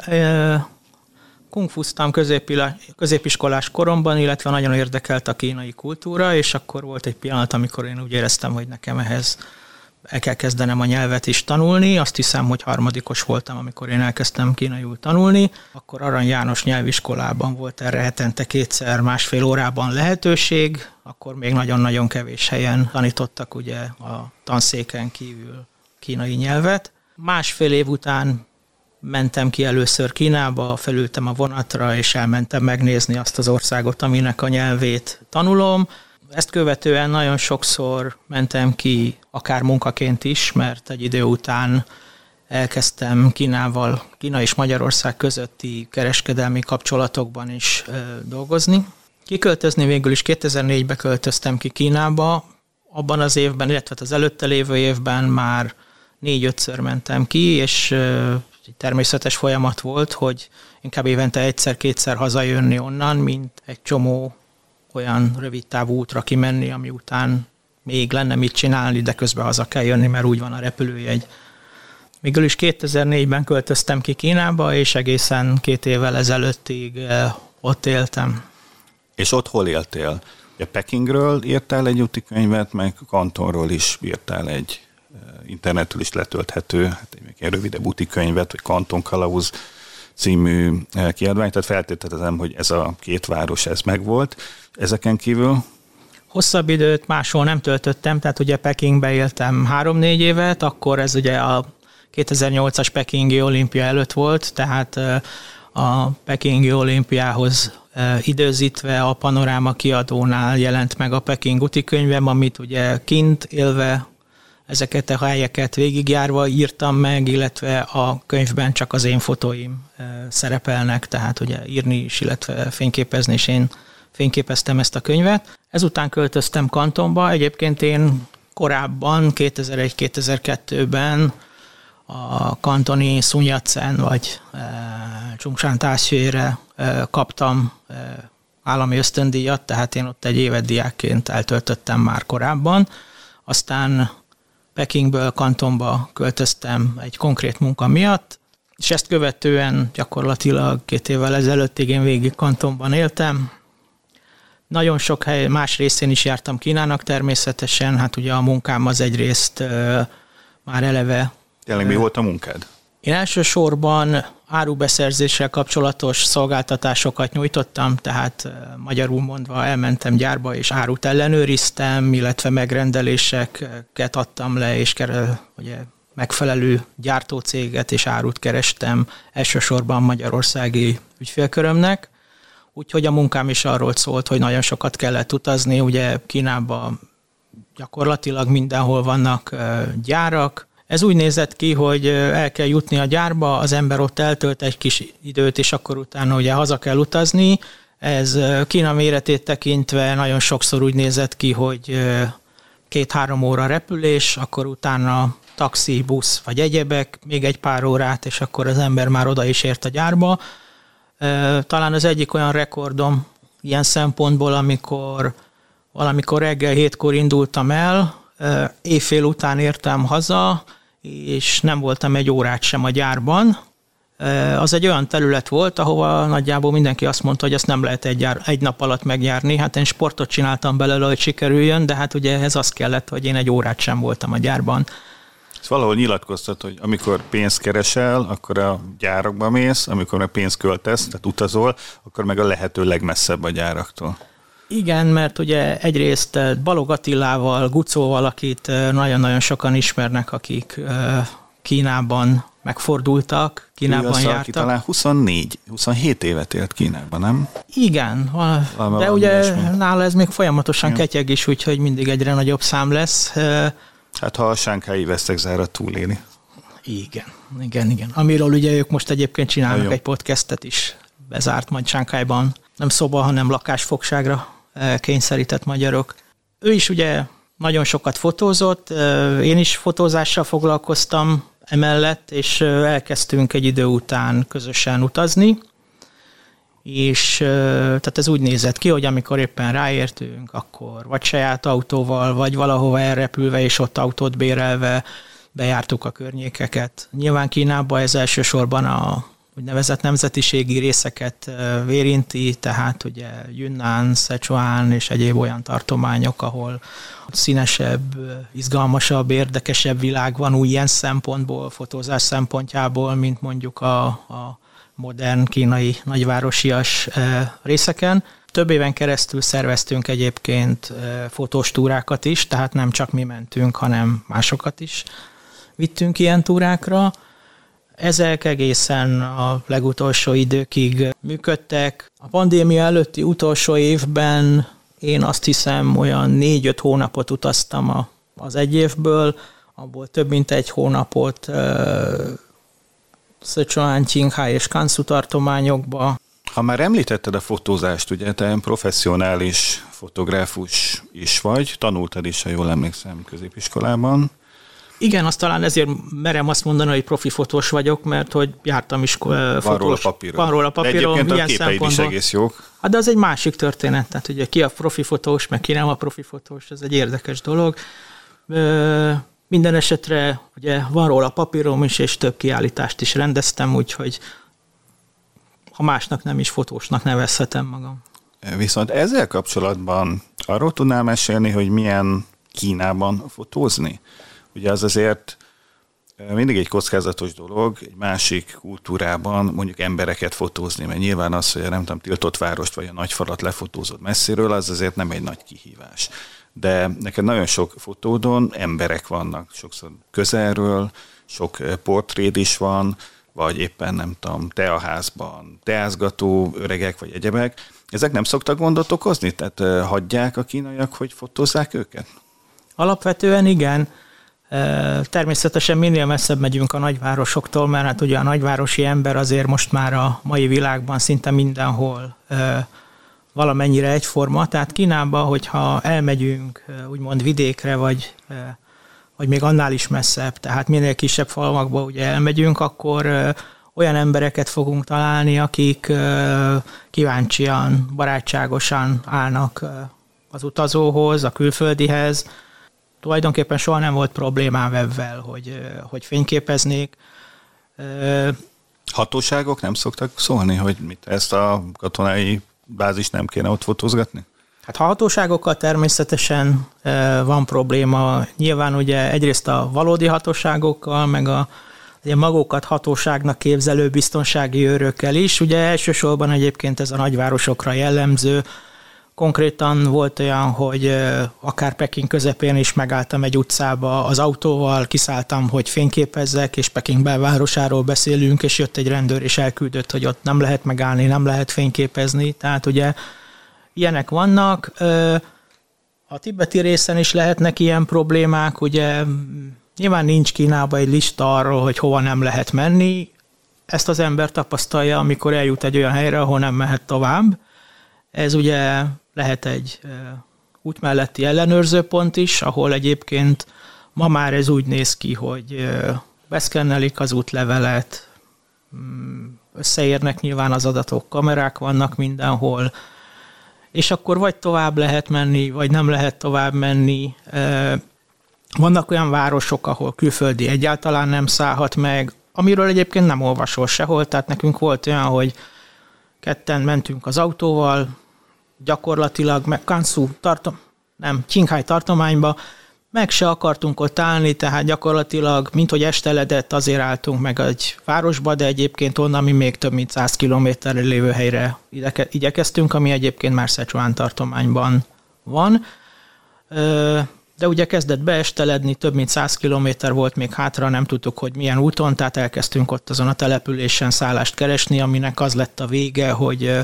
Speaker 2: Kungfuztam középiskolás koromban, illetve nagyon érdekelt a kínai kultúra, és akkor volt egy pillanat, amikor én úgy éreztem, hogy nekem ehhez el kell kezdenem a nyelvet is tanulni. Azt hiszem, hogy harmadikos voltam, amikor én elkezdtem kínaiul tanulni. Akkor Arany János nyelviskolában volt erre hetente 2-1,5 órában lehetőség. Akkor még nagyon-nagyon kevés helyen tanítottak ugye a tanszéken kívül kínai nyelvet. 1,5 év után mentem ki először Kínába, felültem a vonatra, és elmentem megnézni azt az országot, aminek a nyelvét tanulom. Ezt követően nagyon sokszor mentem ki, akár munkaként is, mert egy idő után elkezdtem Kína és Magyarország közötti kereskedelmi kapcsolatokban is dolgozni. Kiköltözni végül is 2004-ben költöztem ki Kínába, abban az évben, illetve az előtte lévő évben már 4-5-ször mentem ki, és egy természetes folyamat volt, hogy inkább évente 1-2-szer hazajönni onnan, mint egy csomó olyan rövid távú útra kimenni, ami után még lenne mit csinálni, de közben haza kell jönni, mert úgy van a repülőjegy. Végül is 2004-ben költöztem ki Kínába, és egészen 2 évvel ezelőttig ott éltem.
Speaker 1: És ott hol éltél? Ugye Pekingről írtál egy útikönyvet, meg Kantonról is írtál egy internetről is letölthető, egy rövidebb útikönyvet, vagy Kanton Kalauz című kiadványt, tehát feltételezem, hogy ez a 2 város, ez megvolt. Ezeken kívül?
Speaker 2: Hosszabb időt máshol nem töltöttem, tehát ugye Pekingbe éltem 3-4 évet, akkor ez ugye a 2008-as Pekingi olimpia előtt volt, tehát a Pekingi olimpiához időzítve a Panoráma kiadónál jelent meg a Peking útikönyvem, amit ugye kint élve ezeket a helyeket végigjárva írtam meg, illetve a könyvben csak az én fotóim szerepelnek, tehát ugye írni is, illetve fényképezni, és én fényképeztem ezt a könyvet. Ezután költöztem Kantonba, egyébként én korábban 2001-2002-ben a kantoni Sun Yat-sen vagy Zhongshan Taxue-re kaptam állami ösztöndíjat, tehát én ott egy évet diákként eltöltöttem már korábban. Aztán Pekingből Kantonba költöztem egy konkrét munka miatt, és ezt követően gyakorlatilag 2 évvel ezelőttig én végig Kantonban éltem. Nagyon sok hely, más részén is jártam Kínának természetesen, hát ugye a munkám az egyrészt már eleve.
Speaker 1: Tényleg mi volt a munkád?
Speaker 2: Én elsősorban árubeszerzéssel kapcsolatos szolgáltatásokat nyújtottam, tehát magyarul mondva elmentem gyárba és árut ellenőriztem, illetve megrendeléseket adtam le, és ugye megfelelő gyártócéget és árut kerestem elsősorban magyarországi ügyfélkörömnek. Úgyhogy a munkám is arról szólt, hogy nagyon sokat kellett utazni, ugye Kínában gyakorlatilag mindenhol vannak gyárak. Ez úgy nézett ki, hogy el kell jutni a gyárba, az ember ott eltölt egy kis időt, és akkor utána ugye haza kell utazni. Ez Kína méretét tekintve nagyon sokszor úgy nézett ki, hogy 2-3 óra repülés, akkor utána taxi, busz vagy egyebek, még egy pár órát, és akkor az ember már oda is ért a gyárba. Talán az egyik olyan rekordom ilyen szempontból, amikor valamikor reggel 7-kor indultam el, éjfél után értem haza, és nem voltam egy órát sem a gyárban. Az egy olyan terület volt, ahova nagyjából mindenki azt mondta, hogy ezt nem lehet egy nap alatt megjárni. Hát én sportot csináltam belőle, hogy sikerüljön, de hát ugye ez az kellett, hogy én egy órát sem voltam a gyárban.
Speaker 1: Ezt valahol nyilatkoztat, hogy amikor pénzt keresel, akkor a gyárakba mész, amikor meg pénzt költesz, tehát utazol, akkor meg a lehető legmesszebb a gyáraktól.
Speaker 2: Igen, mert ugye egyrészt Balogh Attilával, Gucóval, akit nagyon-nagyon sokan ismernek, akik Kínában megfordultak, Kínában jártak.
Speaker 1: Talán 27 évet élt Kínában, nem?
Speaker 2: Igen, de ugye nála ez még folyamatosan ketyeg is, úgyhogy mindig egyre nagyobb szám lesz.
Speaker 1: Hát ha a sánghái vesztegzárat túléli.
Speaker 2: Igen. Amiről ugye ők most egyébként csinálnak egy podcastet is, bezárt majd Sánkhájban. Nem szoba, hanem lakásfogságra kényszerített magyarok. Ő is ugye nagyon sokat fotózott, én is fotózással foglalkoztam emellett, és elkezdtünk egy idő után közösen utazni, és tehát ez úgy nézett ki, hogy amikor éppen ráértünk, akkor vagy saját autóval, vagy valahova elrepülve, és ott autót bérelve bejártuk a környékeket. Nyilván Kínában ez elsősorban a úgynevezett nemzetiségi részeket érinti, tehát ugye Yunnan, Szechuan és egyéb olyan tartományok, ahol színesebb, izgalmasabb, érdekesebb világ van úgy ilyen szempontból, fotózás szempontjából, mint mondjuk a modern kínai nagyvárosias részeken. Több éven keresztül szerveztünk egyébként fotós túrákat is, tehát nem csak mi mentünk, hanem másokat is vittünk ilyen túrákra. Ezek egészen a legutolsó időkig működtek. A pandémia előtti utolsó évben én azt hiszem olyan 4-5 hónapot utaztam az egy évből, abból több mint egy hónapot Szechuan, Qinghai és Gansu tartományokba.
Speaker 1: Ha már említetted a fotózást, ugye te professzionális fotográfus is vagy, tanultad is, ha jól emlékszem, középiskolában.
Speaker 2: Igen, azt talán ezért merem azt mondani, hogy profi fotós vagyok, mert hogy jártam is fotós.
Speaker 1: Van róla papíron. De egyébként a képeid is egész jók.
Speaker 2: Hát de az egy másik történet, tehát ugye ki a profi fotós, meg ki nem a profi fotós, ez egy érdekes dolog. Minden esetre ugye van róla papírom is, és több kiállítást is rendeztem, úgyhogy ha másnak nem is fotósnak nevezhetem magam.
Speaker 1: Viszont ezzel kapcsolatban arról tudnál mesélni, hogy milyen Kínában fotózni? Ugye az azért mindig egy kockázatos dolog, egy másik kultúrában mondjuk embereket fotózni, mert nyilván az, hogy nem tudom, tiltott várost vagy a nagyfalat lefotózod messziről, az azért nem egy nagy kihívás. De neked nagyon sok fotódon emberek vannak, sokszor közelről, sok portréd is van, vagy éppen nem tudom, teaházban teázgató öregek vagy egyebek. Ezek nem szoktak gondot okozni? Tehát hagyják a kínaiak, hogy fotózzák őket?
Speaker 2: Alapvetően igen. Természetesen minél messzebb megyünk a nagyvárosoktól, mert hát ugye a nagyvárosi ember azért most már a mai világban szinte mindenhol valamennyire egyforma. Tehát Kínában, hogyha elmegyünk úgymond vidékre, vagy még annál is messzebb. Tehát minél kisebb falvakba ugye elmegyünk, akkor olyan embereket fogunk találni, akik kíváncsian, barátságosan állnak az utazóhoz, a külföldihez. Tulajdonképpen soha nem volt problémám ebben, hogy fényképeznék.
Speaker 1: Hatóságok nem szoktak szólni, hogy ezt a katonai bázist nem kéne ott fotózgatni?
Speaker 2: Hát a hatóságokkal természetesen van probléma. Nyilván ugye egyrészt a valódi hatóságokkal, meg ugye magukat hatóságnak képzelő biztonsági őrökkel is. Ugye elsősorban egyébként ez a nagyvárosokra jellemző. Konkrétan volt olyan, hogy akár Peking közepén is megálltam egy utcába az autóval, kiszálltam, hogy fényképezzek, és Peking belvárosáról beszélünk, és jött egy rendőr, és elküldött, hogy ott nem lehet megállni, nem lehet fényképezni. Tehát ugye ilyenek vannak. A tibeti részen is lehetnek ilyen problémák, ugye nyilván nincs Kínában egy lista arról, hogy hova nem lehet menni. Ezt az ember tapasztalja, amikor eljut egy olyan helyre, ahol nem mehet tovább. Ez ugye lehet egy út melletti ellenőrzőpont is, ahol egyébként ma már ez úgy néz ki, hogy beszkennelik az útlevelet, összeérnek nyilván az adatok, kamerák vannak mindenhol, és akkor vagy tovább lehet menni, vagy nem lehet tovább menni. Vannak olyan városok, ahol külföldi egyáltalán nem szállhat meg, amiről egyébként nem olvasol sehol, tehát nekünk volt olyan, hogy ketten mentünk az autóval, gyakorlatilag Qinghai tartományba, meg se akartunk ott állni, tehát gyakorlatilag, minthogy esteledett, azért álltunk meg egy városba, de egyébként onnan mi még több mint 100 kilométerre lévő helyre igyekeztünk, ami egyébként már Szechuan tartományban van. De ugye kezdett beesteledni, több mint 100 kilométer volt még hátra, nem tudtuk, hogy milyen úton, tehát elkezdtünk ott azon a településen szállást keresni, aminek az lett a vége, hogy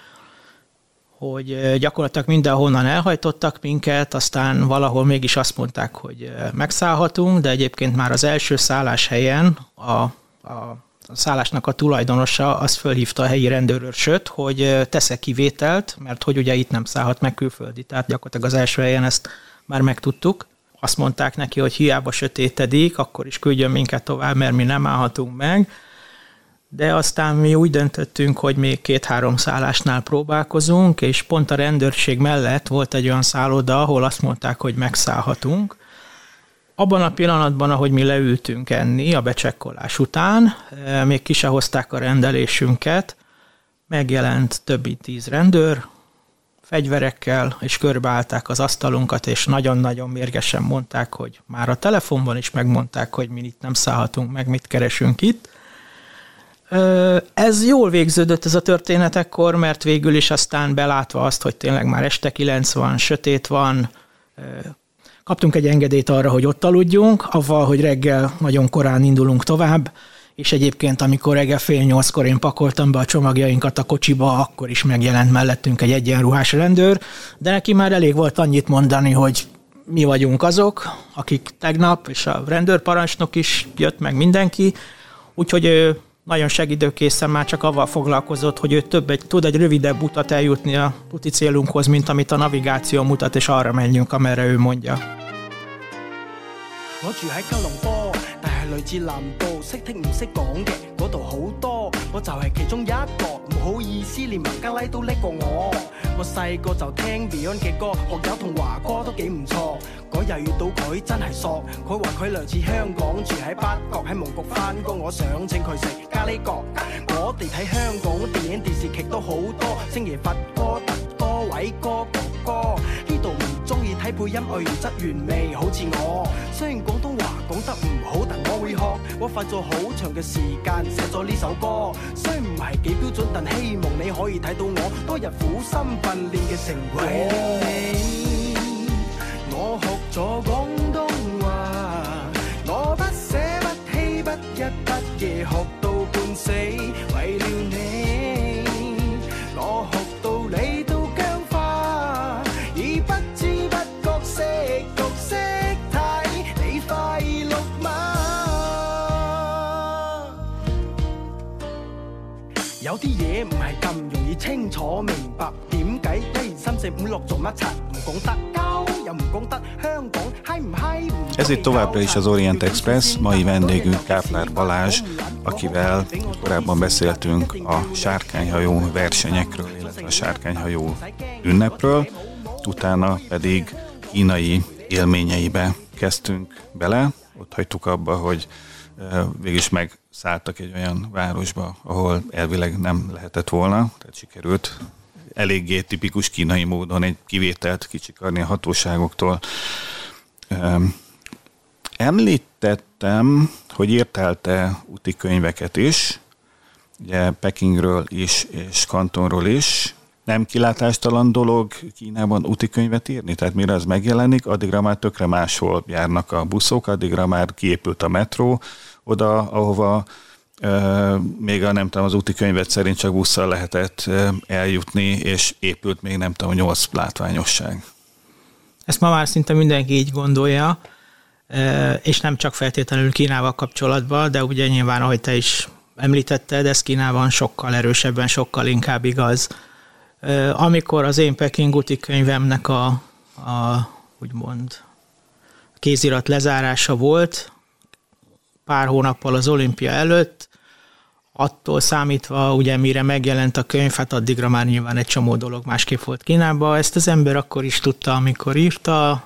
Speaker 2: gyakorlatilag mindenhonnan elhajtottak minket, aztán valahol mégis azt mondták, hogy megszállhatunk, de egyébként már az első szálláshelyen a szállásnak a tulajdonosa az fölhívta a helyi rendőrőrsöt, hogy tesz-e kivételt, mert hogy ugye itt nem szállhat meg külföldi, tehát gyakorlatilag az első helyen ezt már megtudtuk. Azt mondták neki, hogy hiába sötétedik, akkor is küldjön minket tovább, mert mi nem állhatunk meg. De aztán mi úgy döntöttünk, hogy még 2-3 szállásnál próbálkozunk, és pont a rendőrség mellett volt egy olyan szálloda, ahol azt mondták, hogy megszállhatunk. Abban a pillanatban, ahogy mi leültünk enni a becsekkolás után, még ki se hozták a rendelésünket, megjelent több mint 10 rendőr, fegyverekkel, és körbeállták az asztalunkat, és nagyon-nagyon mérgesen mondták, hogy már a telefonban is megmondták, hogy mi itt nem szállhatunk meg, mit keresünk itt. Ez jól végződött ez a történet ekkor, mert végül is aztán belátva azt, hogy tényleg már este 9 van, sötét van, kaptunk egy engedélyt arra, hogy ott aludjunk, avval, hogy reggel nagyon korán indulunk tovább, és egyébként amikor reggel 7:30-kor én pakoltam be a csomagjainkat a kocsiba, akkor is megjelent mellettünk egy egyenruhás rendőr, de neki már elég volt annyit mondani, hogy mi vagyunk azok, akik tegnap, és a rendőrparancsnok is jött, meg mindenki, úgyhogy ő nagyon segítőkészen már csak avval foglalkozott, hogy ő tud egy rövidebb utat eljutni a úti célunkhoz, mint amit a navigáció mutat, és arra menjünk, amerre ő mondja. 我住喺吉隆坡，但係來自南部，識聽唔識講嘅嗰度好多，我就係其中一個。唔好意思，連孟加拉都叻過我。我細個就聽 Beyond 嘅歌，學友同華哥都幾唔錯。嗰日遇到佢真係索，佢話佢來自香港，住喺北角，喺蒙古返工，我想請佢食咖喱角。我哋睇香港電影電視劇都好多，星爺佛哥、特哥、偉哥、哥哥，呢度唔中意睇配音，我原汁原味好似我。雖然廣東話講得唔好，但我會學。我花咗好長嘅時間寫咗呢首歌，雖唔係幾標準，但希望你可以睇到我多日苦心訓練嘅成果。為了你，我學咗廣東話，我不捨不棄不一不夜學到半死。為了你，我學到你都僵化，已不知不覺識讀識睇，你快樂嗎？有啲嘢唔係咁容易清楚明白，點解1、2、3、4、5、6做乜柒唔講得？
Speaker 1: Ez itt továbbra is az Orient Express, mai vendégünk Káplár Balázs, akivel korábban beszéltünk a sárkányhajó versenyekről, illetve a sárkányhajó ünnepről, utána pedig kínai élményeibe kezdtünk bele. Ott hagytuk abba, hogy végülis megszálltak egy olyan városba, ahol elvileg nem lehetett volna, tehát sikerült eléggé tipikus kínai módon egy kivételt kicsikarni a hatóságoktól. Említettem, hogy írtál te úti könyveket is, ugye Pekingről is és Kantonról is. Nem kilátástalan dolog Kínában úti könyvet írni? Tehát mire az megjelenik, addigra már tökre máshol járnak a buszok, addigra már kiépült a metró, oda, ahova még nem tudom, az úti könyvet szerint csak busszal lehetett eljutni, és épült még nem tudom, 8 látványosság.
Speaker 2: Ezt ma már szinte mindenki így gondolja, és nem csak feltétlenül Kínával kapcsolatban, de ugye nyilván, ahogy te is említetted, ez Kínában sokkal erősebben, sokkal inkább igaz. Amikor az én Peking úti könyvemnek a úgymond kézirat lezárása volt, pár hónappal az olimpia előtt, attól számítva, ugye mire megjelent a könyv, hát addigra már nyilván egy csomó dolog másképp volt Kínában. Ezt az ember akkor is tudta, amikor írta.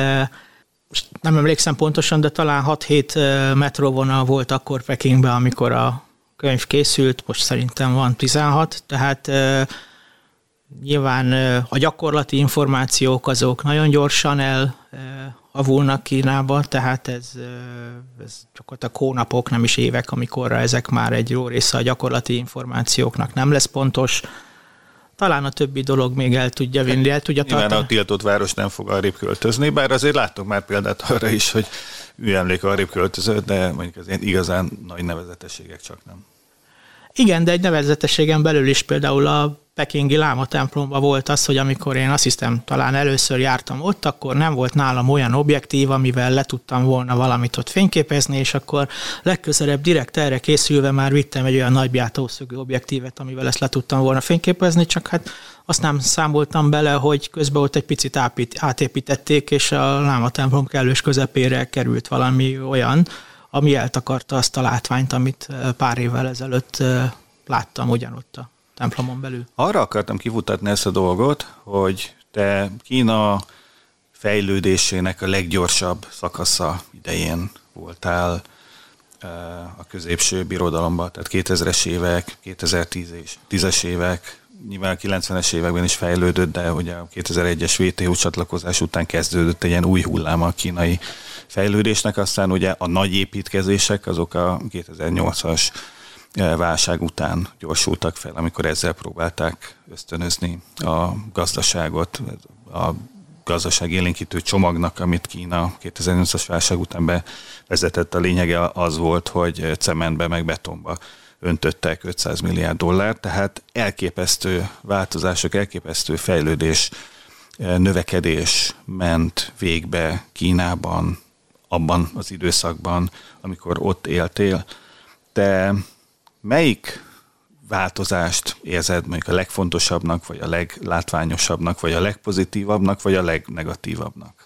Speaker 2: Nem emlékszem pontosan, de talán 6-7 metróvonal volt akkor Pekingben, amikor a könyv készült, most szerintem van 16, tehát nyilván a gyakorlati információk azok nagyon gyorsan elavulnak Kínába, tehát ez gyakorlatilag hónapok, nem is évek, amikorra ezek már egy jó része a gyakorlati információknak nem lesz pontos. Talán a többi dolog még el tudja vinni, el tudja tartani.
Speaker 1: Nyilván a tiltott város nem fog arrébb költözni, bár azért láttunk már példát arra is, hogy emlék arrébb költözött, de mondjuk az ilyen igazán nagy nevezetességek csak nem.
Speaker 2: Igen, de egy nevezetességen belül is például a pekingi láma templomban volt az, hogy amikor én azt hiszem talán először jártam ott, akkor nem volt nálam olyan objektív, amivel le tudtam volna valamit ott fényképezni, és akkor legközelebb direkt erre készülve már vittem egy olyan nagybjátószögű objektívet, amivel ezt le tudtam volna fényképezni, csak hát azt nem számoltam bele, hogy közben ott egy picit átépítették, és a láma templom kellős közepére került valami olyan, ami eltakarta azt a látványt, amit pár évvel ezelőtt láttam ugyanott a templomon belül. Arra
Speaker 1: akartam kifutatni ezt a dolgot, hogy te Kína fejlődésének a leggyorsabb szakasza idején voltál a középső birodalomban, tehát 2000-es évek, 2010-es évek, nyilván a 90-es években is fejlődött, de ugye a 2001-es WTO csatlakozás után kezdődött egy ilyen új hullám a kínai fejlődésnek, aztán ugye a nagy építkezések azok a 2008-as válság után gyorsultak fel, amikor ezzel próbálták ösztönözni a gazdaságot, a gazdaság élénkítő csomagnak, amit Kína 2008-as válság után bevezetett. A lényege az volt, hogy cementbe meg betonba öntöttek $500 milliárd, tehát elképesztő változások, elképesztő fejlődés, növekedés ment végbe Kínában, abban az időszakban, amikor ott éltél. Te melyik változást érzed mondjuk a legfontosabbnak, vagy a leglátványosabbnak, vagy a legpozitívabbnak, vagy a legnegatívabbnak?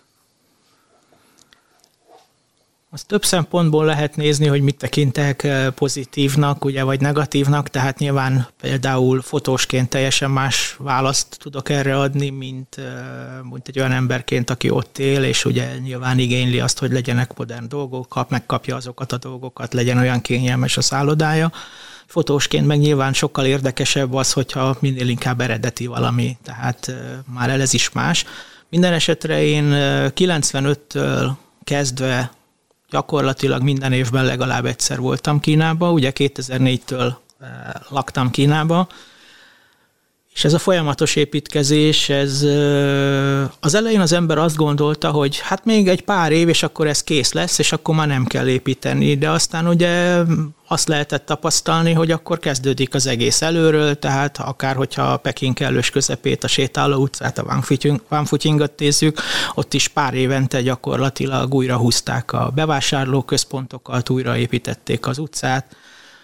Speaker 2: Azt több szempontból lehet nézni, hogy mit tekintek pozitívnak, ugye, vagy negatívnak, tehát nyilván például fotósként teljesen más választ tudok erre adni, mint egy olyan emberként, aki ott él, és ugye nyilván igényli azt, hogy legyenek modern dolgok, megkapja azokat a dolgokat, legyen olyan kényelmes a szállodája. Fotósként meg nyilván sokkal érdekesebb az, hogyha minél inkább eredeti valami, tehát már ez is más. Minden esetre én 95-től kezdve gyakorlatilag minden évben legalább egyszer voltam Kínában, ugye 2004-től laktam Kínába, és ez a folyamatos építkezés, ez az elején az ember azt gondolta, hogy hát még egy pár év, és akkor ez kész lesz, és akkor már nem kell építeni, de aztán ugye azt lehetett tapasztalni, hogy akkor kezdődik az egész előről, tehát akár hogyha a Peking kellős közepét, a sétáló utcát, a Wanfutyingot nézzük, ott is pár évente gyakorlatilag újra húzták a bevásárlóközpontokat, újra építették az utcát.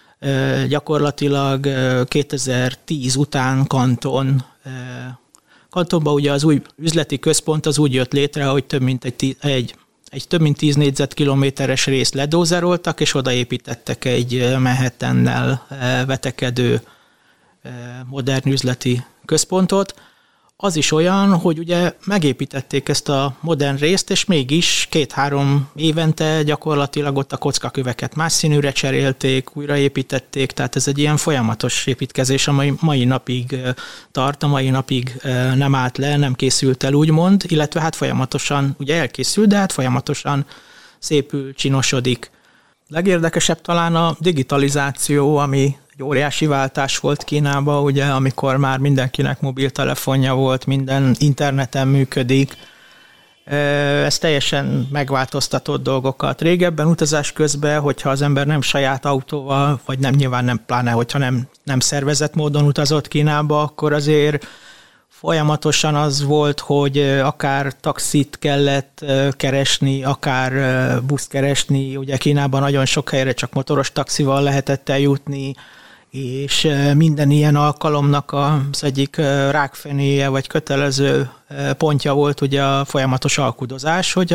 Speaker 2: Gyakorlatilag 2010 után Kanton Kantonban ugye az új üzleti központ az úgy jött létre, hogy több mint 10 négyzetkilométeres részt ledózeroltak, és odaépítettek egy Manhattannel vetekedő modern üzleti központot. Az is olyan, hogy ugye megépítették ezt a modern részt, és mégis 2-3 évente gyakorlatilag ott a kockaköveket más színűre cserélték, újraépítették, tehát ez egy ilyen folyamatos építkezés, amely mai napig tart, a mai napig nem állt le, nem készült el úgymond, illetve hát folyamatosan, ugye elkészült, de hát folyamatosan szépül, csinosodik. Legérdekesebb talán a digitalizáció, ami egy óriási váltás volt Kínában, ugye, amikor már mindenkinek mobiltelefonja volt, minden interneten működik. Ez teljesen megváltoztatott dolgokat. Régebben utazás közben, hogyha az ember nem saját autóval, vagy nem, nyilván nem, pláne, hogyha nem szervezett módon utazott Kínába, akkor azért folyamatosan az volt, hogy akár taxit kellett keresni, akár buszt keresni. Ugye Kínában nagyon sok helyre csak motoros taxival lehetett eljutni, és minden ilyen alkalomnak az egyik rákfenéje vagy kötelező pontja volt ugye a folyamatos alkudozás, hogy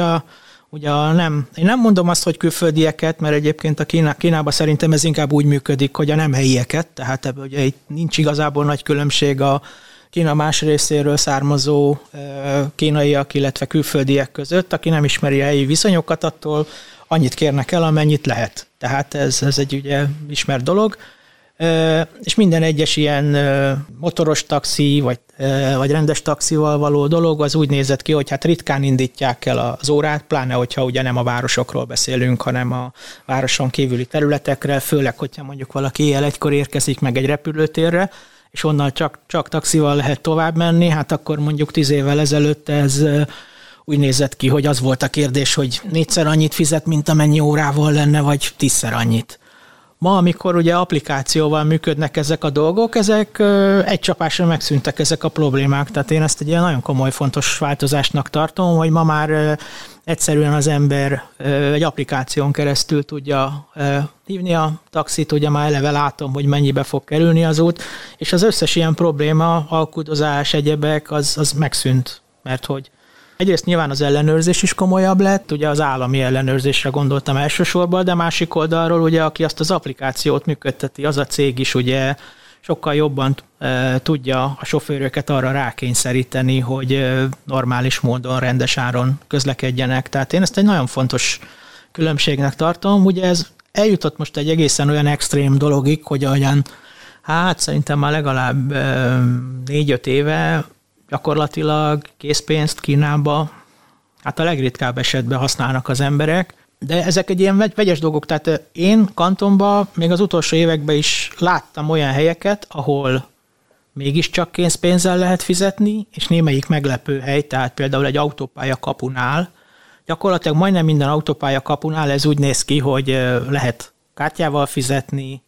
Speaker 2: én nem mondom azt, hogy külföldieket, mert egyébként a Kínában szerintem ez inkább úgy működik, hogy a nem helyieket, tehát ebből ugye itt nincs igazából nagy különbség a Kína más részéről származó kínaiak, illetve külföldiek között, aki nem ismeri a helyi viszonyokat, attól annyit kérnek el, amennyit lehet. Tehát ez egy ugye ismert dolog. És minden egyes ilyen motoros taxi, vagy rendes taxival való dolog, az úgy nézett ki, hogy hát ritkán indítják el az órát, pláne hogyha ugye nem a városokról beszélünk, hanem a városon kívüli területekre, főleg, hogyha mondjuk valaki éjjel 1-kor érkezik meg egy repülőtérre, és onnan csak taxival lehet tovább menni, hát akkor mondjuk 10 évvel ezelőtt ez úgy nézett ki, hogy az volt a kérdés, hogy 4-szer annyit fizet, mint amennyi órával lenne, vagy 10-szer annyit. Ma, amikor ugye applikációval működnek ezek a dolgok, ezek egy csapásra megszűntek ezek a problémák. Tehát én ezt egy ilyen nagyon komoly, fontos változásnak tartom, hogy ma már egyszerűen az ember egy applikáción keresztül tudja hívni a taxit, ugye már eleve látom, hogy mennyibe fog kerülni az út, és az összes ilyen probléma, alkudozás, egyebek, az megszűnt, mert hogy egyrészt nyilván az ellenőrzés is komolyabb lett, ugye az állami ellenőrzésre gondoltam elsősorban, de másik oldalról ugye, aki azt az applikációt működteti, az a cég is ugye sokkal jobban tudja a sofőröket arra rákényszeríteni, hogy normális módon, rendes áron közlekedjenek. Tehát én ezt egy nagyon fontos különbségnek tartom. Ugye ez eljutott most egy egészen olyan extrém dologig, hogy olyan, hát szerintem már legalább 4-5 éve gyakorlatilag készpénzt Kínába, hát a legritkább esetben használnak az emberek, de ezek egy ilyen vegyes dolgok, tehát én Kantonban még az utolsó években is láttam olyan helyeket, ahol mégiscsak készpénzzel lehet fizetni, és némelyik meglepő hely, tehát például egy autópálya kapunál, gyakorlatilag majdnem minden autópálya kapunál ez úgy néz ki, hogy lehet kártyával fizetni,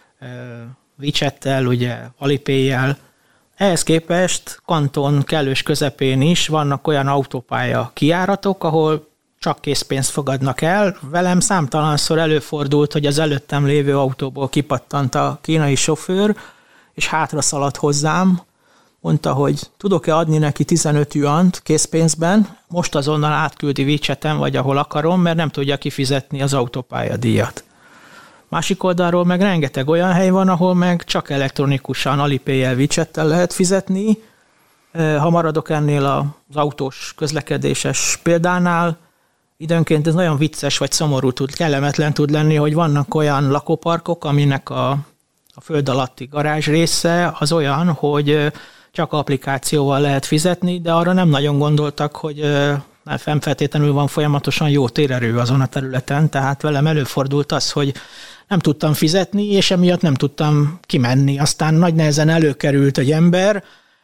Speaker 2: WeChat-tel, ugye Alipay-jel. Ehhez képest Kanton kellős közepén is vannak olyan autópálya kijáratok, ahol csak készpénzt fogadnak el. Velem számtalanszor előfordult, hogy az előttem lévő autóból kipattant a kínai sofőr, és hátra szaladt hozzám, mondta, hogy tudok-e adni neki 15 yuant készpénzben, most azonnal átküldi WeChat-en, vagy ahol akarom, mert nem tudja kifizetni az autópályadíjat. Másik oldalról meg rengeteg olyan hely van, ahol meg csak elektronikusan Alipay-jel, WeChat-tel lehet fizetni. Ha maradok ennél az autós közlekedéses példánál, időnként ez nagyon vicces vagy szomorú kellemetlen tud lenni, hogy vannak olyan lakóparkok, aminek a föld alatti garázs része az olyan, hogy csak applikációval lehet fizetni, de arra nem nagyon gondoltak, hogy nem feltétlenül van folyamatosan jó térerő azon a területen, tehát velem előfordult az, hogy nem tudtam fizetni, és emiatt nem tudtam kimenni. Aztán nagy nehezen előkerült egy ember,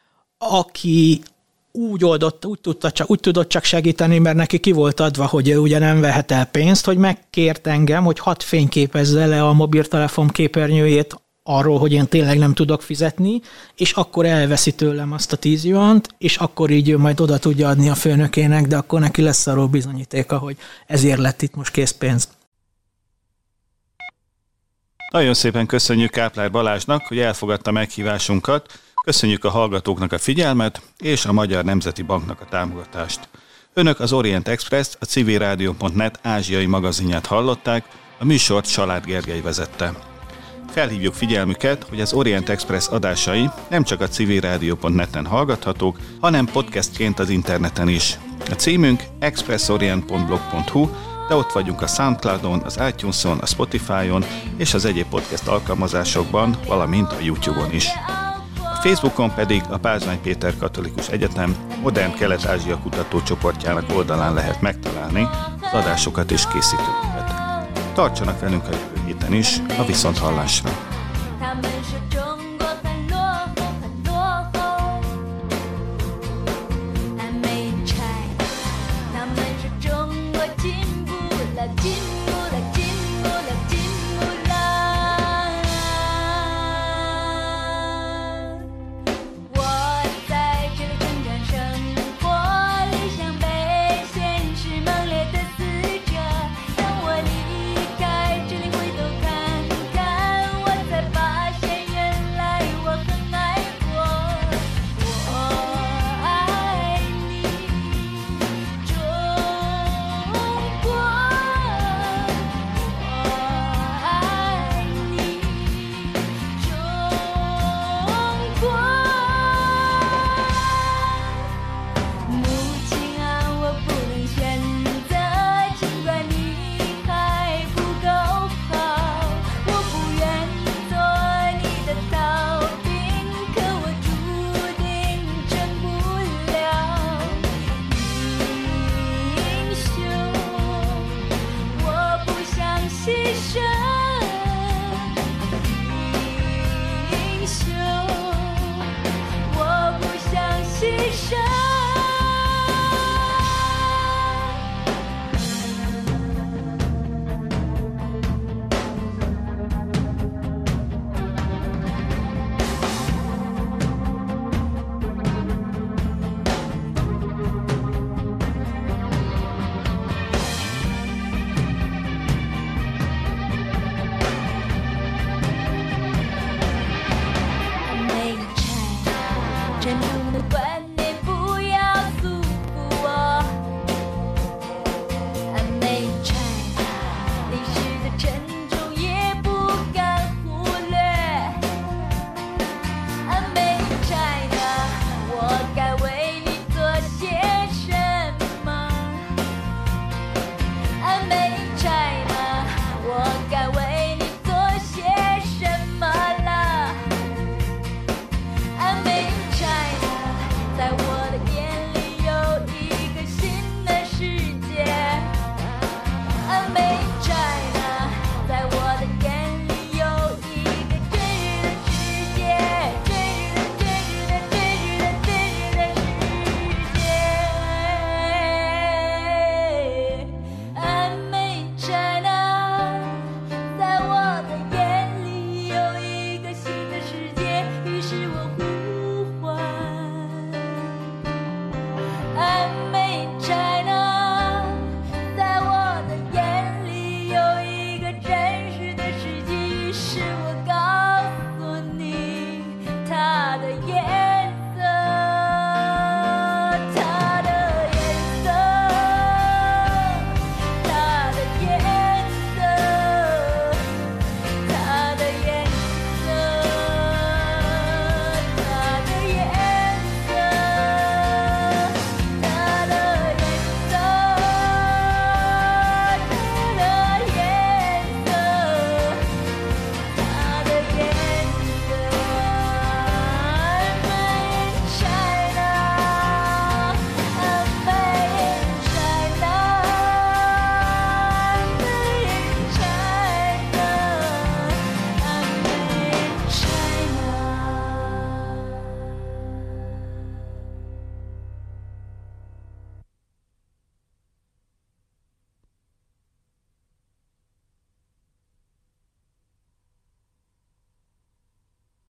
Speaker 2: aki úgy tudott csak segíteni, mert neki ki volt adva, hogy ő ugye nem vehet el pénzt, hogy megkért engem, hogy hadd fényképezze le a mobiltelefon képernyőjét arról, hogy én tényleg nem tudok fizetni, és akkor elveszi tőlem azt a 10 yuant, és akkor így ő majd oda tudja adni a főnökének, de akkor neki lesz arról bizonyítéka, hogy ezért lett itt most készpénz.
Speaker 1: Nagyon szépen köszönjük Káplár Balázsnak, hogy elfogadta meghívásunkat, Köszönjük a hallgatóknak a figyelmet és a Magyar Nemzeti Banknak a támogatást. Önök az Orient Express, a civilradio.net ázsiai magazinját hallották, a műsort Salád Gergely vezette. Felhívjuk figyelmüket, hogy az Orient Express adásai nem csak a civilradio.net-en hallgathatók, hanem podcastként az interneten is. A címünk expressorient.blog.hu, de ott vagyunk a Soundcloudon, az iTunes-on, a Spotify-on és az egyéb podcast alkalmazásokban, valamint a YouTube-on is. A Facebookon pedig a Pázmány Péter Katolikus Egyetem Modern Kelet-Ázsia kutatócsoportjának oldalán lehet megtalálni az adásokat és készítőket. Tartsanak velünk a jövő héten is, a viszonthallásra!